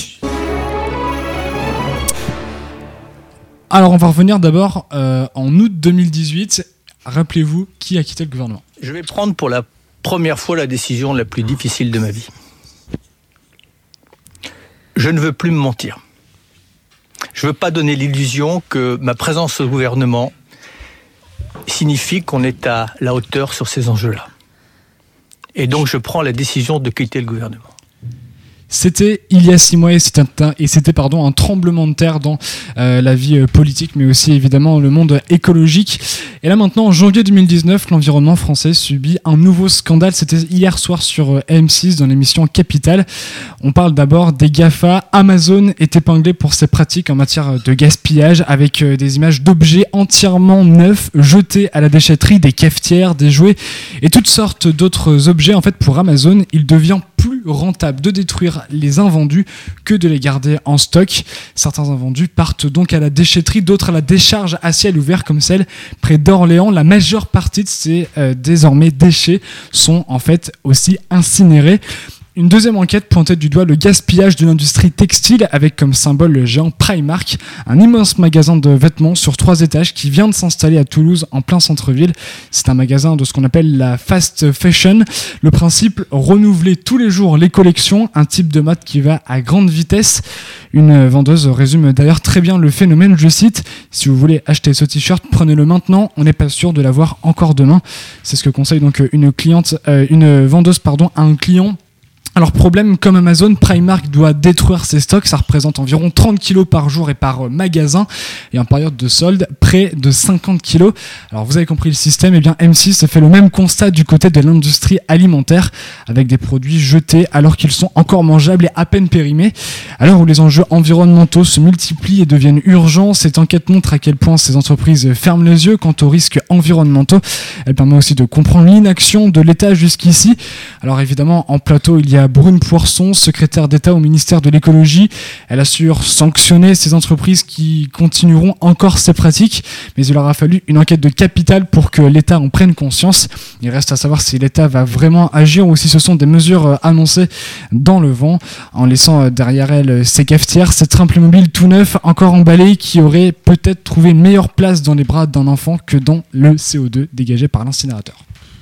A: Alors, on va revenir d'abord euh, en août deux mille dix-huit. Rappelez-vous qui a quitté le gouvernement.
J: Je vais prendre pour la première fois la décision la plus difficile de ma vie. Je ne veux plus me mentir. Je ne veux pas donner l'illusion que ma présence au gouvernement signifie qu'on est à la hauteur sur ces enjeux-là. Et donc je prends la décision de quitter le gouvernement.
A: C'était il y a six mois et c'était un, et c'était, pardon, un tremblement de terre dans euh, la vie euh, politique, mais aussi évidemment le monde écologique. Et là maintenant, en janvier deux mille dix-neuf, l'environnement français subit un nouveau scandale. C'était hier soir sur euh, M six dans l'émission Capital. On parle d'abord des GAFA. Amazon est épinglé pour ses pratiques en matière de gaspillage, avec euh, des images d'objets entièrement neufs jetés à la déchetterie, des cafetières, des jouets et toutes sortes d'autres objets. En fait, pour Amazon, il devient plus rentable de détruire les invendus que de les garder en stock. Certains invendus partent donc à la déchetterie, d'autres à la décharge à ciel ouvert comme celle près d'Orléans. La majeure partie de ces euh, désormais déchets sont en fait aussi incinérés. Une deuxième enquête pointait du doigt le gaspillage de l'industrie textile avec comme symbole le géant Primark, un immense magasin de vêtements sur trois étages qui vient de s'installer à Toulouse en plein centre-ville. C'est un magasin de ce qu'on appelle la fast fashion. Le principe, renouveler tous les jours les collections, un type de mode qui va à grande vitesse. Une vendeuse résume d'ailleurs très bien le phénomène, je cite: si vous voulez acheter ce t-shirt, prenez-le maintenant, on n'est pas sûr de l'avoir encore demain. C'est ce que conseille donc une cliente, euh, une vendeuse pardon, à un client. Alors problème, comme Amazon, Primark doit détruire ses stocks, ça représente environ trente kilos par jour et par magasin, et en période de solde, près de cinquante kilos. Alors vous avez compris le système, et bien M six fait le même constat du côté de l'industrie alimentaire, avec des produits jetés alors qu'ils sont encore mangeables et à peine périmés. À l'heure où les enjeux environnementaux se multiplient et deviennent urgents, cette enquête montre à quel point ces entreprises ferment les yeux quant aux risques environnementaux. Elle permet aussi de comprendre l'inaction de l'État jusqu'ici. Alors évidemment, en plateau, il y a Brune Poirson, secrétaire d'État au ministère de l'écologie. Elle assure sanctionner ces entreprises qui continueront encore ces pratiques, mais il aura fallu une enquête de Capital pour que l'État en prenne conscience. Il reste à savoir si l'État va vraiment agir ou si ce sont des mesures annoncées dans le vent, en laissant derrière elle ces cafetières, ces trains Playmobil tout neufs, encore emballés, qui auraient peut-être trouvé une meilleure place dans les bras d'un enfant que dans le C O deux dégagé par l'incinérateur.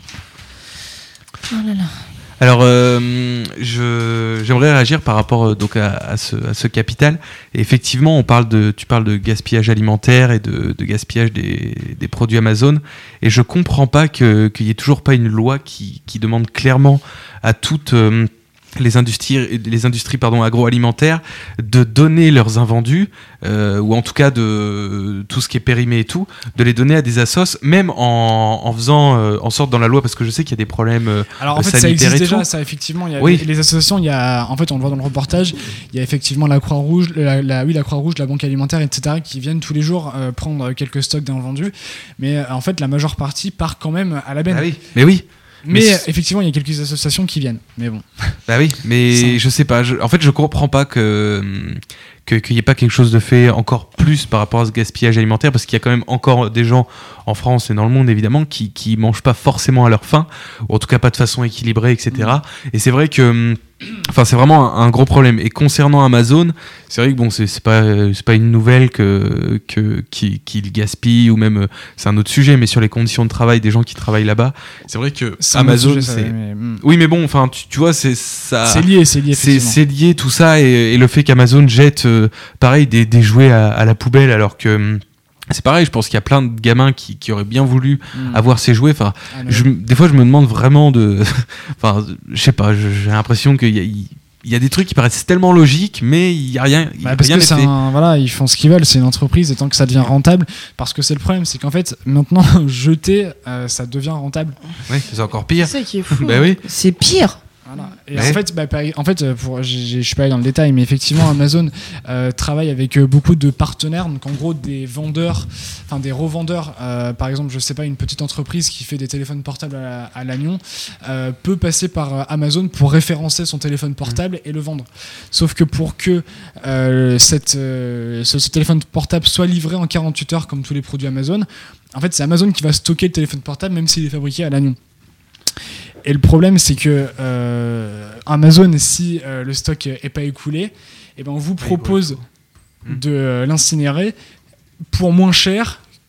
C: Oh là là.
D: Alors, euh, je, j'aimerais réagir par rapport euh, donc à, à, ce, à ce capital. Et effectivement, on parle de, tu parles de gaspillage alimentaire et de, de gaspillage des, des produits Amazon. Et je comprends pas que, qu'il y ait toujours pas une loi qui, qui demande clairement à toutes euh, les industries, les industries pardon, agroalimentaires de donner leurs invendus, euh, ou en tout cas de tout ce qui est périmé et tout, de les donner à des assos, même en, en faisant euh, en sorte dans la loi, parce que je sais qu'il y a des problèmes euh,
A: Alors en fait,
D: sanitaires
A: ça existe
D: et
A: déjà,
D: tout.
A: ça effectivement. Il y a
D: oui.
A: les, les associations, il y a, en fait, on le voit dans le reportage, il y a effectivement la Croix-Rouge, la, la, oui, la Croix-Rouge, la Banque alimentaire, et cetera, qui viennent tous les jours euh, prendre quelques stocks d'invendus, mais euh, en fait, la majeure partie part quand même à la benne.
D: Ah oui. Mais oui.
A: Mais,
D: mais
A: euh, effectivement, il y a quelques associations qui viennent. Mais bon.
D: Bah oui, mais ça... je sais pas. Je, en fait, je comprends pas que que qu'il n'y ait pas quelque chose de fait encore plus par rapport à ce gaspillage alimentaire, parce qu'il y a quand même encore des gens en France et dans le monde évidemment qui qui mangent pas forcément à leur faim, ou en tout cas pas de façon équilibrée, et cetera. Mmh. Et c'est vrai que enfin, c'est vraiment un, un gros problème. Et concernant Amazon, c'est vrai que bon, c'est, c'est pas, c'est pas une nouvelle que, que, qu'il, qu'il gaspille, ou même, c'est un autre sujet, mais sur les conditions de travail des gens qui travaillent là-bas, c'est vrai que c'est Amazon, sujet, c'est. Ça, mais... Oui, mais bon, enfin, tu, tu vois, c'est ça.
A: C'est lié, c'est lié.
D: C'est, c'est lié tout ça, et, et le fait qu'Amazon jette, euh, pareil, des, des jouets à, à la poubelle, alors que. C'est pareil, je pense qu'il y a plein de gamins qui, qui auraient bien voulu mmh. avoir ces jouets. Enfin, ah, je, des fois, je me demande vraiment de. Enfin, je sais pas, j'ai l'impression qu'il y a, il y a des trucs qui paraissent tellement logiques, mais il y a rien.
A: Bah, parce
D: rien
A: que c'est un, voilà, ils font ce qu'ils veulent. C'est une entreprise, et tant que ça devient rentable, parce que c'est le problème, c'est qu'en fait, maintenant, jeter, euh, ça devient rentable.
D: Oui, c'est encore pire.
C: C'est ça qui est fou.
D: Bah oui.
C: C'est pire.
A: Voilà. Et ouais. en fait, bah, en fait, pour, je suis pas allé dans le détail, mais effectivement, Amazon euh, travaille avec euh, beaucoup de partenaires. Donc, en gros, des vendeurs, enfin des revendeurs. Euh, par exemple, je sais pas, une petite entreprise qui fait des téléphones portables à, à Lannion euh, peut passer par euh, Amazon pour référencer son téléphone portable mmh. et le vendre. Sauf que pour que euh, cette, euh, ce, ce téléphone portable soit livré en quarante-huit heures, comme tous les produits Amazon, en fait, c'est Amazon qui va stocker le téléphone portable, même s'il est fabriqué à Lannion. Et le problème, c'est que euh, Amazon, si euh, le stock n'est pas écoulé, eh ben on vous propose de euh, l'incinérer pour moins cher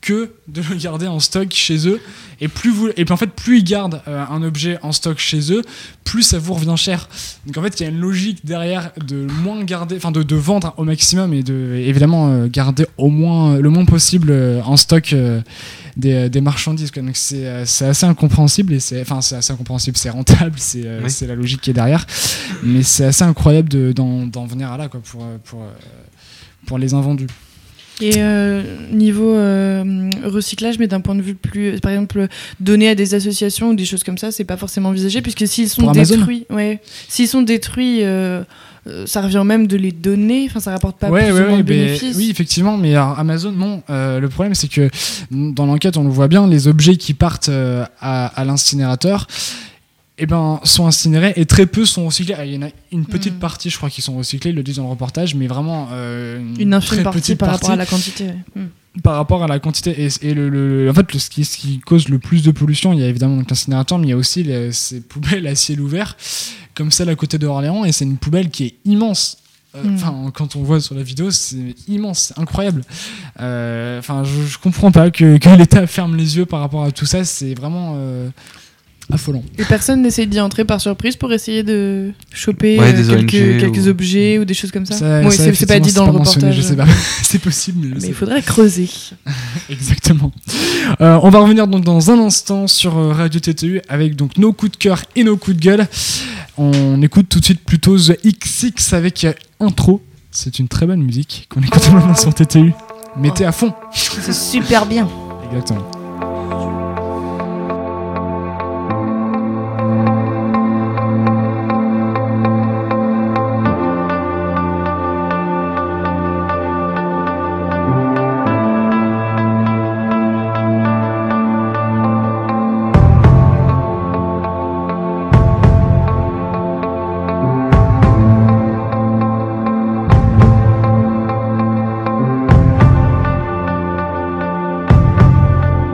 A: que de le garder en stock chez eux. Et plus vous, et puis en fait, plus ils gardent euh, un objet en stock chez eux, plus ça vous revient cher. Donc en fait, il y a une logique derrière de moins garder, enfin de, de vendre au maximum et de évidemment euh, garder au moins le moins possible euh, en stock euh, des, des marchandises. Quoi. Donc c'est, euh, c'est assez incompréhensible et c'est, enfin c'est assez incompréhensible, c'est rentable, c'est, euh,
D: Oui.
A: c'est la logique qui est derrière. Mais c'est assez incroyable de, d'en, d'en venir à là, quoi, pour pour euh, pour les invendus.
B: Et euh, niveau euh, recyclage, mais d'un point de vue plus, par exemple, donner à des associations ou des choses comme ça, c'est pas forcément envisagé, puisque s'ils sont
A: Pour Amazon.
B: détruits, ouais, s'ils sont détruits, euh, euh, ça revient même de les donner. Enfin, ça rapporte pas
A: Ouais,
B: plus
A: ouais,
B: ou moins
A: ouais,
B: de
A: ben,
B: bénéfices.
A: oui, effectivement, mais alors, Amazon, non. Euh, le problème, c'est que dans l'enquête, on le voit bien, les objets qui partent euh, à, à l'incinérateur, eh ben, sont incinérés et très peu sont recyclés. Il y en a une petite
B: Mm.
A: partie, je crois, qui sont recyclés, ils le disent dans le reportage, mais vraiment euh,
B: Une infime
A: très
B: partie
A: petite
B: par
A: partie
B: rapport à la quantité. ouais. Mm.
A: par rapport à la quantité. Et, et le, le- en fait, le, ce, qui, ce qui cause le plus de pollution, il y a évidemment donc, l'incinérateur, mais il y a aussi les, ces poubelles à ciel ouvert, comme celle à côté de Orléans, et c'est une poubelle qui est immense. Enfin,
B: Mm.
A: quand on voit sur la vidéo, c'est immense, c'est incroyable. Enfin, je, je comprends pas que, que l'État ferme les yeux par rapport à tout ça. C'est vraiment euh, affolant.
B: Et personne n'essaye d'y entrer par surprise pour essayer de choper
D: Ouais,
B: euh,
D: des
B: quelques,
D: O N G
B: quelques
D: ou-
B: objets ou des choses comme ça.
A: Ça-
B: Oui,
A: ça,
B: c'est, c'est pas dit dans
A: effectivement,
B: le
A: c'est pas mentionné,
B: reportage.
A: je sais pas. C'est possible, mais je
B: Mais
A: sais
B: il
A: pas.
B: faudrait creuser.
A: Exactement. Euh, on va revenir donc dans un instant sur euh, Radio T T U avec donc nos coups de cœur et nos coups de gueule. On écoute tout de suite plutôt The X X avec euh, Intro. C'est une très bonne musique qu'on écoute maintenant sur T T U. Mettez à fond.
C: C'est super bien.
A: Exactement.
E: Thank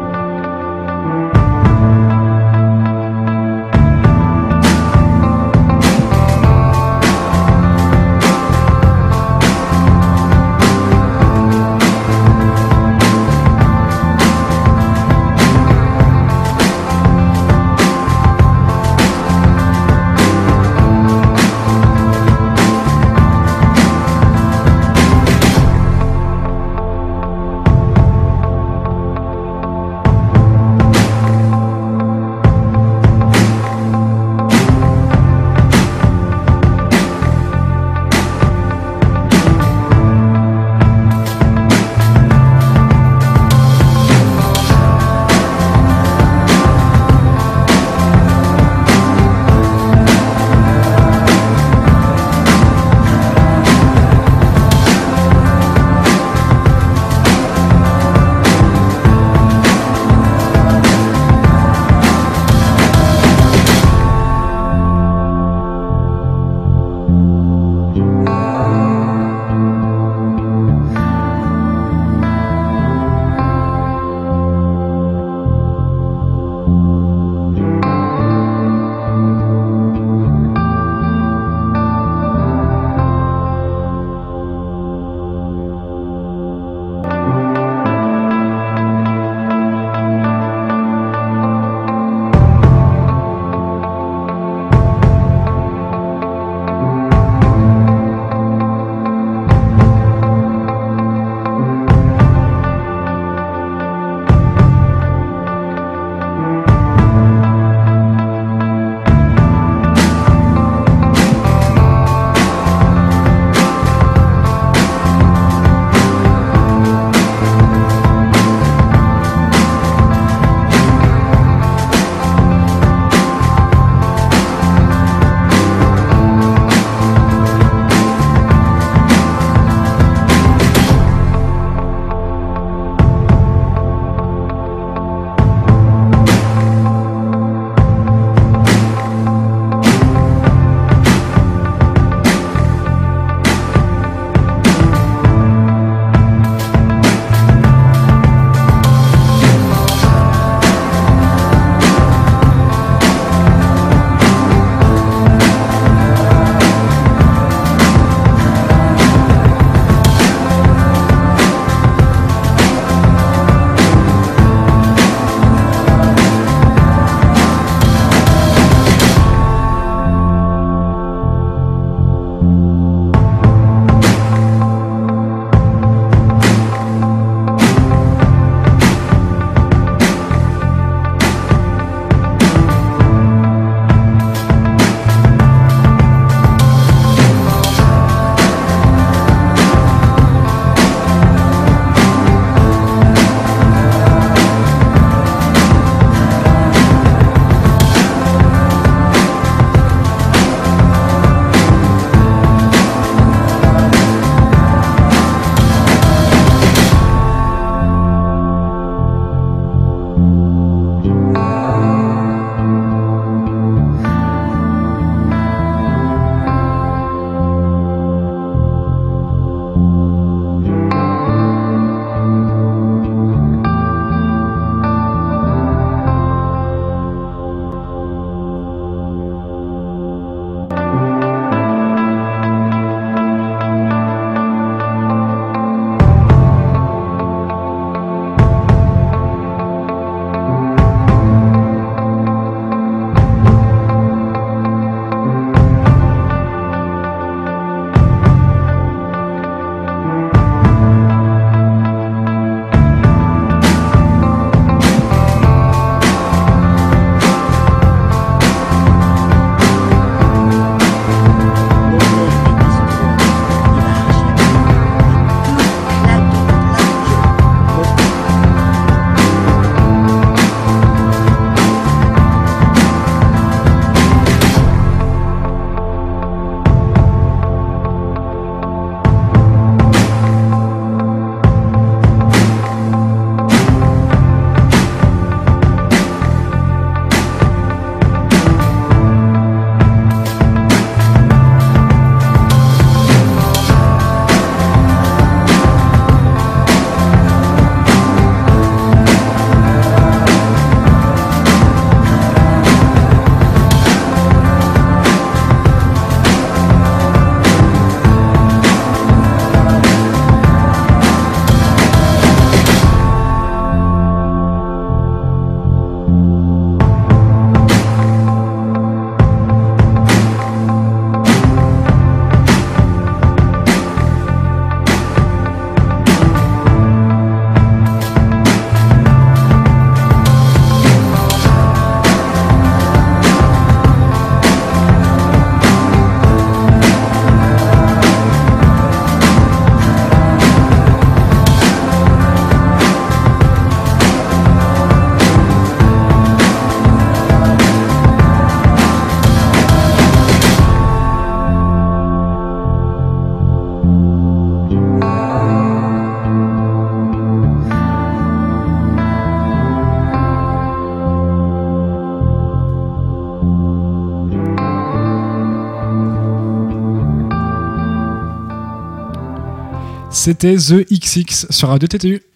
A: C'était The X X sur Radio T T U.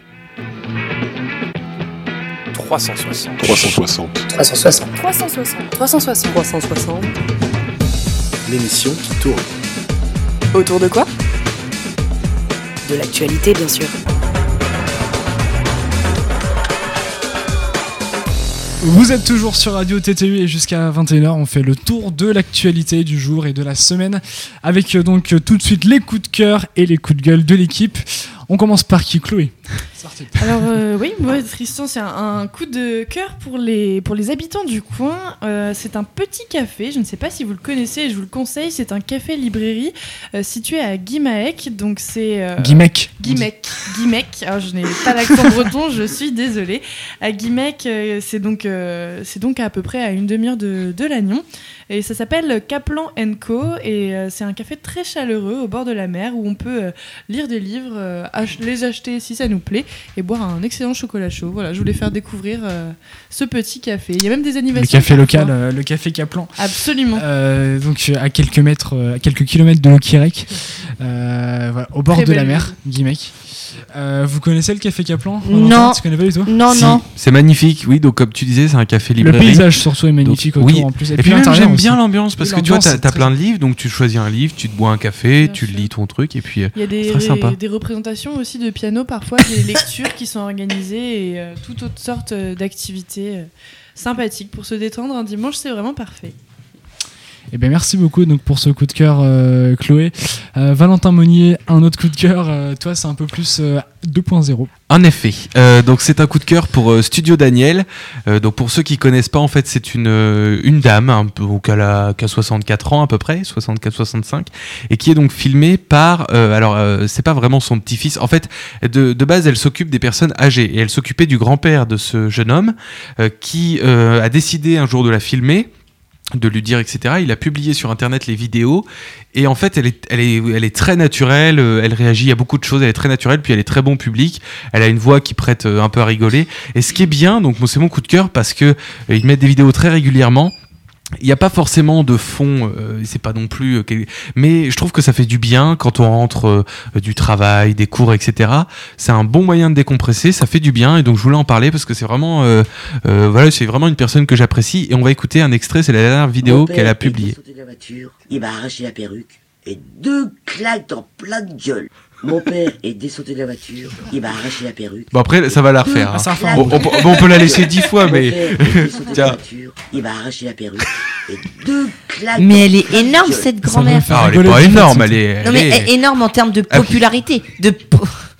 G: trois cent soixante.
I: trois cent soixante.
F: trois cent soixante.
K: trois cent soixante. trois cent soixante.
F: trois cent soixante.
I: L'émission qui tourne.
F: Autour de quoi? De l'actualité, bien sûr.
A: Vous êtes toujours sur Radio T T U et jusqu'à vingt et une heures, on fait le tour de l'actualité du jour et de la semaine avec donc tout de suite les coups de cœur et les coups de gueule de l'équipe. On commence par qui, Chloé?
B: Alors euh, oui, moi Tristan, c'est un, un coup de cœur pour les, pour les habitants du coin. Euh, c'est un petit café, je ne sais pas si vous le connaissez, je vous le conseille. C'est un café-librairie euh, situé à Guimaec. Donc c'est euh,
A: Guimec.
B: Guimec. Guimec. Alors je n'ai pas l'accent breton, je suis désolée. À Guimec, euh, c'est donc euh, c'est donc à peu près à une demi-heure de, de Lannion. Et ça s'appelle Kaplan and Co. Et euh, c'est un café très chaleureux au bord de la mer où on peut euh, lire des livres, euh, ach- les acheter si ça nous plaît et boire un excellent chocolat chaud. Voilà, je voulais faire découvrir euh, ce petit café. Il y a même des animations.
A: Le café
B: parfois.
A: local, euh, le café Kaplan.
B: Absolument.
A: Euh, donc euh, à quelques mètres, euh, à quelques kilomètres de Lokirec, euh, voilà, au bord
B: Très
A: de la
B: belle
A: mer,
B: ville.
A: Guimec. Euh, vous connaissez le café Kaplan?
C: Non.
A: Valentin, tu connais pas du tout?
C: Non,
D: Si,
C: non.
D: c'est magnifique, oui. Donc, comme tu disais, c'est un café
A: Le
D: librairie.
A: paysage surtout est magnifique
D: Donc,
A: autour
D: oui.
A: en plus.
D: Et, puis, même,
A: l'intérieur
D: j'aime
A: aussi.
D: bien l'ambiance parce
A: Oui,
D: que tu vois,
A: l'ambiance,
D: t'as,
A: c'est
D: t'as
A: très
D: plein de livres, donc tu choisis un livre, tu te bois un café,
B: Bien
D: tu
B: sûr.
D: lis ton truc, et puis euh,
B: Il y a des,
D: c'est très sympa.
B: des représentations aussi de piano, parfois des lectures qui sont organisées et euh, toutes autres sortes euh, d'activités euh, sympathiques pour se détendre un dimanche, c'est vraiment parfait.
A: Eh bien, merci beaucoup donc, pour ce coup de cœur, euh, Chloé. Euh, Valentin Monnier, un autre coup de cœur. Euh, toi, c'est un peu plus euh, deux point zéro.
D: En effet, euh, donc c'est un coup de cœur pour euh, Studio Daniel. Euh, donc pour ceux qui connaissent pas, en fait, c'est une euh, une dame, un peu donc elle a qu'à soixante-quatre ans à peu près, soixante-quatre soixante-cinq, et qui est donc filmée par. Euh, alors euh, c'est pas vraiment son petit-fils. En fait, de de base, elle s'occupe des personnes âgées et elle s'occupait du grand-père de ce jeune homme euh, qui euh, a décidé un jour de la filmer, de lui dire, et cetera. Il a publié sur Internet les vidéos et en fait, elle est, elle est, elle est très naturelle, euh, elle réagit à beaucoup de choses, elle est très naturelle, puis elle est très bon public, elle a une voix qui prête euh, un peu à rigoler. Et ce qui est bien, donc moi, c'est mon coup de cœur parce que euh, ils mettent des vidéos très régulièrement. Il n'y a pas forcément de fond, euh, c'est pas non plus, euh, quel... mais je trouve que ça fait du bien quand on rentre euh, du travail, des cours, et cetera. C'est un bon moyen de décompresser, ça fait du bien, et donc je voulais en parler parce que c'est vraiment, euh, euh, voilà, c'est vraiment une personne que j'apprécie. Et on va écouter un extrait, c'est la dernière vidéo qu'elle a publiée.
L: Il a voiture, il m'a arraché la perruque et deux claques en pleine gueule. Mon père est descendu de la voiture, il m'a arraché la perruque.
D: Bon après, ça va la refaire.
A: Ah, ça
D: Hein.
A: refait.
D: Bon, on, peut- bon, on peut la laisser dix fois,
L: Mon
D: mais
L: père est descendu de la
D: tiens.
L: voiture, il m'a arraché la perruque et deux claques.
C: Mais
L: en
C: elle est
L: pleine
C: énorme,
L: gueule.
C: cette
A: Ça
C: grand-mère.
A: va faire
D: Ah, elle est
A: rigoler
D: pas
A: du fait,
D: énorme,
A: c'est
D: elle
A: tout.
D: est.
C: Non, mais
D: elle est-
C: é- énorme en termes de
D: Ah, puis-
C: popularité. De po-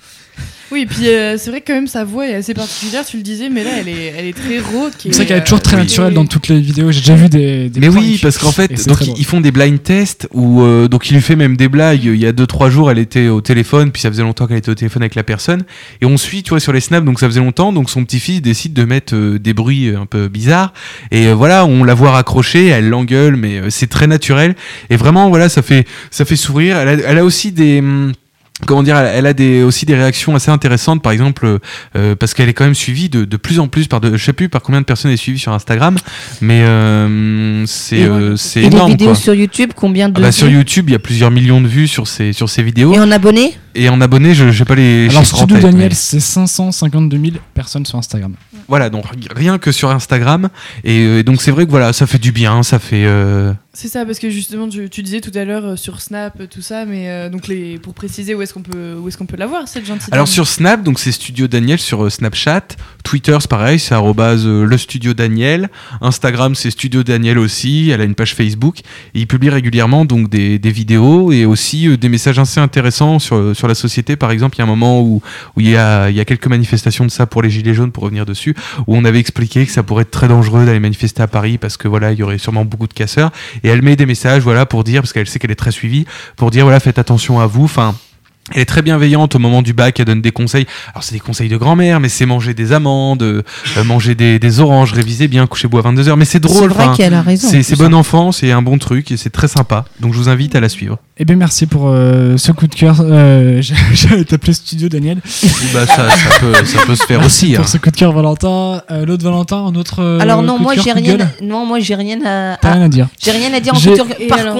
B: Oui, et puis euh, c'est vrai que quand même sa voix est assez particulière, tu le disais, mais là elle est, elle est très rauque. et,
A: C'est vrai qu'elle est toujours
B: euh,
A: très
B: oui.
A: naturelle dans toutes les vidéos. J'ai déjà vu des. des
D: Mais oui,
A: pranks.
D: parce qu'en fait,
A: Et c'est
D: donc
A: très
D: ils,
A: drôle.
D: ils font des blind tests où euh, donc il lui fait même des blagues. Il y a deux trois jours, elle était au téléphone, puis ça faisait longtemps qu'elle était au téléphone avec la personne, et on suit, tu vois, sur les snaps. Donc ça faisait longtemps, donc son petit-fils décide de mettre euh, des bruits un peu bizarres, et euh, voilà, on la voit raccrocher, elle l'engueule, mais euh, c'est très naturel, et vraiment voilà, ça fait ça fait sourire. Elle a, elle a aussi des hum, comment dire, elle, elle a des, aussi des réactions assez intéressantes, par exemple, euh, parce qu'elle est quand même suivie de, de plus en plus par de, je sais plus par combien de personnes elle est suivie sur Instagram, mais euh, c'est,
C: Et-
D: euh, c'est
C: Et les
D: énorme,
C: vidéos
D: quoi.
C: sur YouTube, combien de
D: Ah bah, sur
C: vues
D: YouTube, il y a plusieurs millions de vues sur ces, sur ces vidéos.
C: Et en abonnés?
D: Et en abonnés, je sais pas les
A: Alors,
D: chiffres en
A: Studio
D: tête,
A: Daniel,
D: mais-
A: c'est cinq cent cinquante-deux mille personnes sur Instagram.
D: Voilà, donc rien que sur Instagram. Et, euh, donc c'est vrai que voilà, ça fait du bien, ça fait. euh,
B: C'est ça, parce que justement, tu, tu disais tout à l'heure euh, sur Snap, euh, tout ça, mais euh, donc les, pour préciser, où est-ce qu'on peut, où est-ce qu'on peut la voir, cette gentille
D: Alors
B: dame
D: sur Snap, donc c'est Studio Daniel sur euh, Snapchat, Twitter c'est pareil, c'est arrobase euh, le Studio Daniel, Instagram c'est Studio Daniel aussi, elle a une page Facebook, et il publie régulièrement donc des, des vidéos et aussi euh, des messages assez intéressants sur, euh, sur la société. Par exemple, il y a un moment où, où il, y a, il y a quelques manifestations de ça pour les Gilets jaunes, pour revenir dessus, où on avait expliqué que ça pourrait être très dangereux d'aller manifester à Paris parce que voilà, il y aurait sûrement beaucoup de casseurs, et elle met des messages voilà pour dire, parce qu'elle sait qu'elle est très suivie, pour dire voilà, faites attention à vous, enfin. Elle est très bienveillante au moment du bac, elle donne des conseils. Alors c'est des conseils de grand-mère, mais c'est manger des amandes, euh, manger des, des oranges, réviser bien, coucher-vous à vingt-deux heures. Mais c'est drôle.
C: C'est vrai
D: enfin,
C: qu'elle a raison.
D: C'est,
C: en
D: c'est
C: plus,
D: bon
C: hein.
D: enfant, c'est un bon truc et c'est très sympa. Donc je vous invite à la suivre.
A: Eh bien, merci pour euh, ce coup de cœur. Euh, J'allais t'appeler Studio Daniel.
D: Bah, ça, ça, peut, ça peut se faire
A: Merci
D: aussi.
A: pour
D: hein.
A: ce coup de cœur, Valentin. Euh, L'autre Valentin, un autre. euh,
C: Alors non,
A: coup de
C: moi
A: cœur,
C: j'ai
A: coup de
C: rien,
A: gueule
C: non moi j'ai rien à,
A: T'as
C: à-
A: rien à dire.
C: j'ai rien à dire en
A: J'ai-
C: coup de cœur.
B: Et
C: Par
B: alors
C: contre,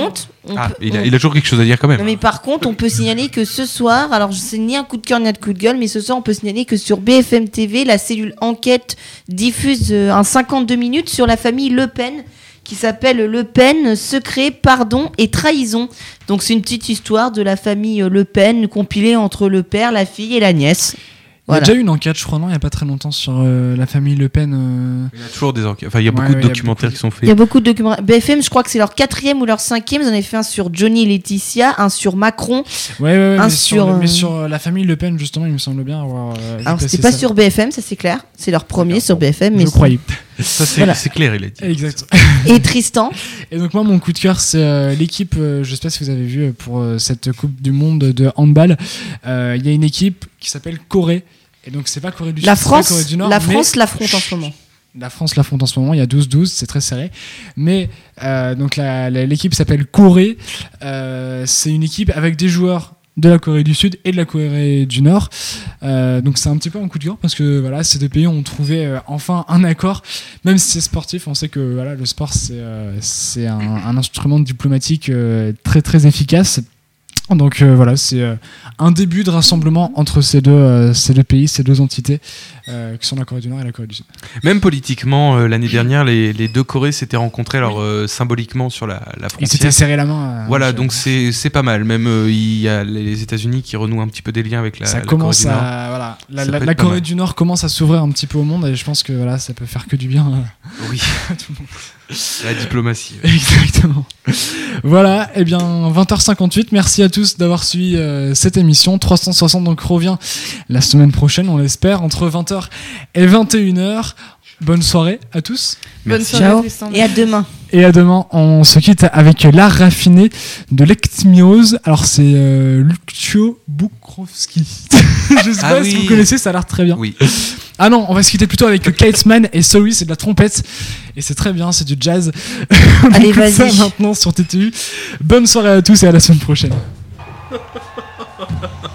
C: On
D: Ah,
C: peut-
D: il a,
C: on-
D: il a toujours quelque chose à dire quand même.
C: Non, mais par contre, on peut signaler que ce soir, alors c'est ni un coup de cœur ni un coup de gueule, mais ce soir, on peut signaler que sur B F M T V, la cellule enquête diffuse euh, un cinquante-deux minutes sur la famille Le Pen, qui s'appelle Le Pen, secret, pardon et trahison. Donc c'est une petite histoire de la famille euh, Le Pen, compilée entre le père, la fille et la nièce.
A: Il y a
C: Voilà.
A: déjà eu une enquête, je crois, non, il n'y a pas très longtemps sur euh, la famille Le Pen. euh.
D: Il y a toujours des enquêtes. Enfin, il y a
A: Ouais,
D: beaucoup
A: ouais,
D: de
A: il y a
D: documentaires
A: beaucoup
D: qui sont
C: Il y a
D: faits.
C: beaucoup de documents. B F M, je crois que c'est leur quatrième ou leur cinquième. Ils en avaient fait un sur Johnny et Laetitia, un sur Macron.
A: Ouais, ouais, ouais,
C: Un
A: mais,
C: sur,
A: sur, le-
C: euh,
A: mais sur euh, la famille Le Pen, justement, il me semble bien avoir. euh, vu
C: Alors
A: passer
C: c'était pas
A: ça.
C: sur B F M, ça c'est clair. C'est leur premier sur B F M. Mais
A: Je croyais.
D: Ça, c'est
C: Voilà.
D: c'est clair, il a dit.
A: Exact.
C: Et Tristan.
A: Et donc moi mon coup de cœur c'est euh, l'équipe, euh, je sais pas si vous avez vu euh, pour euh, cette Coupe du Monde de handball, euh, il y a une équipe qui s'appelle Corée. Et donc c'est pas Corée du Sud,
C: La
A: c'est pas
C: France,
A: Corée du Nord.
C: la
A: mais-
C: France l'affronte en ce moment.
A: La France l'affronte en ce moment, il y a douze douze, c'est très serré. Mais euh, donc la- la- l'équipe s'appelle Corée. Euh, c'est une équipe avec des joueurs de la Corée du Sud et de la Corée du Nord. Euh, donc c'est un petit peu un coup de cœur parce que voilà, ces deux pays ont trouvé euh, enfin un accord. Même si c'est sportif, on sait que voilà, le sport c'est euh, c'est un, un instrument diplomatique euh, très très efficace. Donc euh, voilà, c'est euh, un début de rassemblement entre ces deux, euh, ces deux pays, ces deux entités euh, qui sont la Corée du Nord et la Corée du Sud.
D: Même politiquement, euh, l'année dernière, les, les deux Corées s'étaient rencontrés alors, euh, symboliquement sur la, la
A: Ils s'étaient
D: frontière.
A: serré la main. euh,
D: Voilà,
A: chez-
D: donc c'est c'est pas mal. Même euh, il y a les États-Unis qui renouent un petit peu des liens avec la,
A: ça
D: la
A: commence
D: Corée du Nord.
A: à voilà, la,
D: Ça
A: la-
D: peut
A: la
D: être pas
A: Corée
D: mal.
A: du Nord commence à s'ouvrir un petit peu au monde et je pense que voilà, ça peut faire que du bien. euh,
D: Oui,
A: à tout le monde.
D: la diplomatie.
A: Exactement. Voilà, et bien vingt heures cinquante-huit, merci à tous d'avoir suivi euh, cette émission. trois cent soixante donc revient la semaine prochaine, on l'espère, entre vingt heures et vingt et une heures. Bonne soirée à tous.
B: Bonne
D: Merci.
B: soirée,
C: Ciao.
B: Tristan.
C: Et à demain.
A: Et à demain, on se quitte avec l'art raffiné de l'ectymyose. Alors c'est euh, Lucio Bukowski. Je sais
D: Ah
A: pas si
D: oui.
A: vous connaissez, ça a l'air très bien.
D: Oui.
A: Ah non, on va se quitter plutôt avec Katesman et Sorry, c'est de la trompette. Et c'est très bien, c'est du jazz. On
C: Allez,
A: écoute ça
C: vas-y.
A: maintenant sur T T U. Bonne soirée à tous et à la semaine prochaine.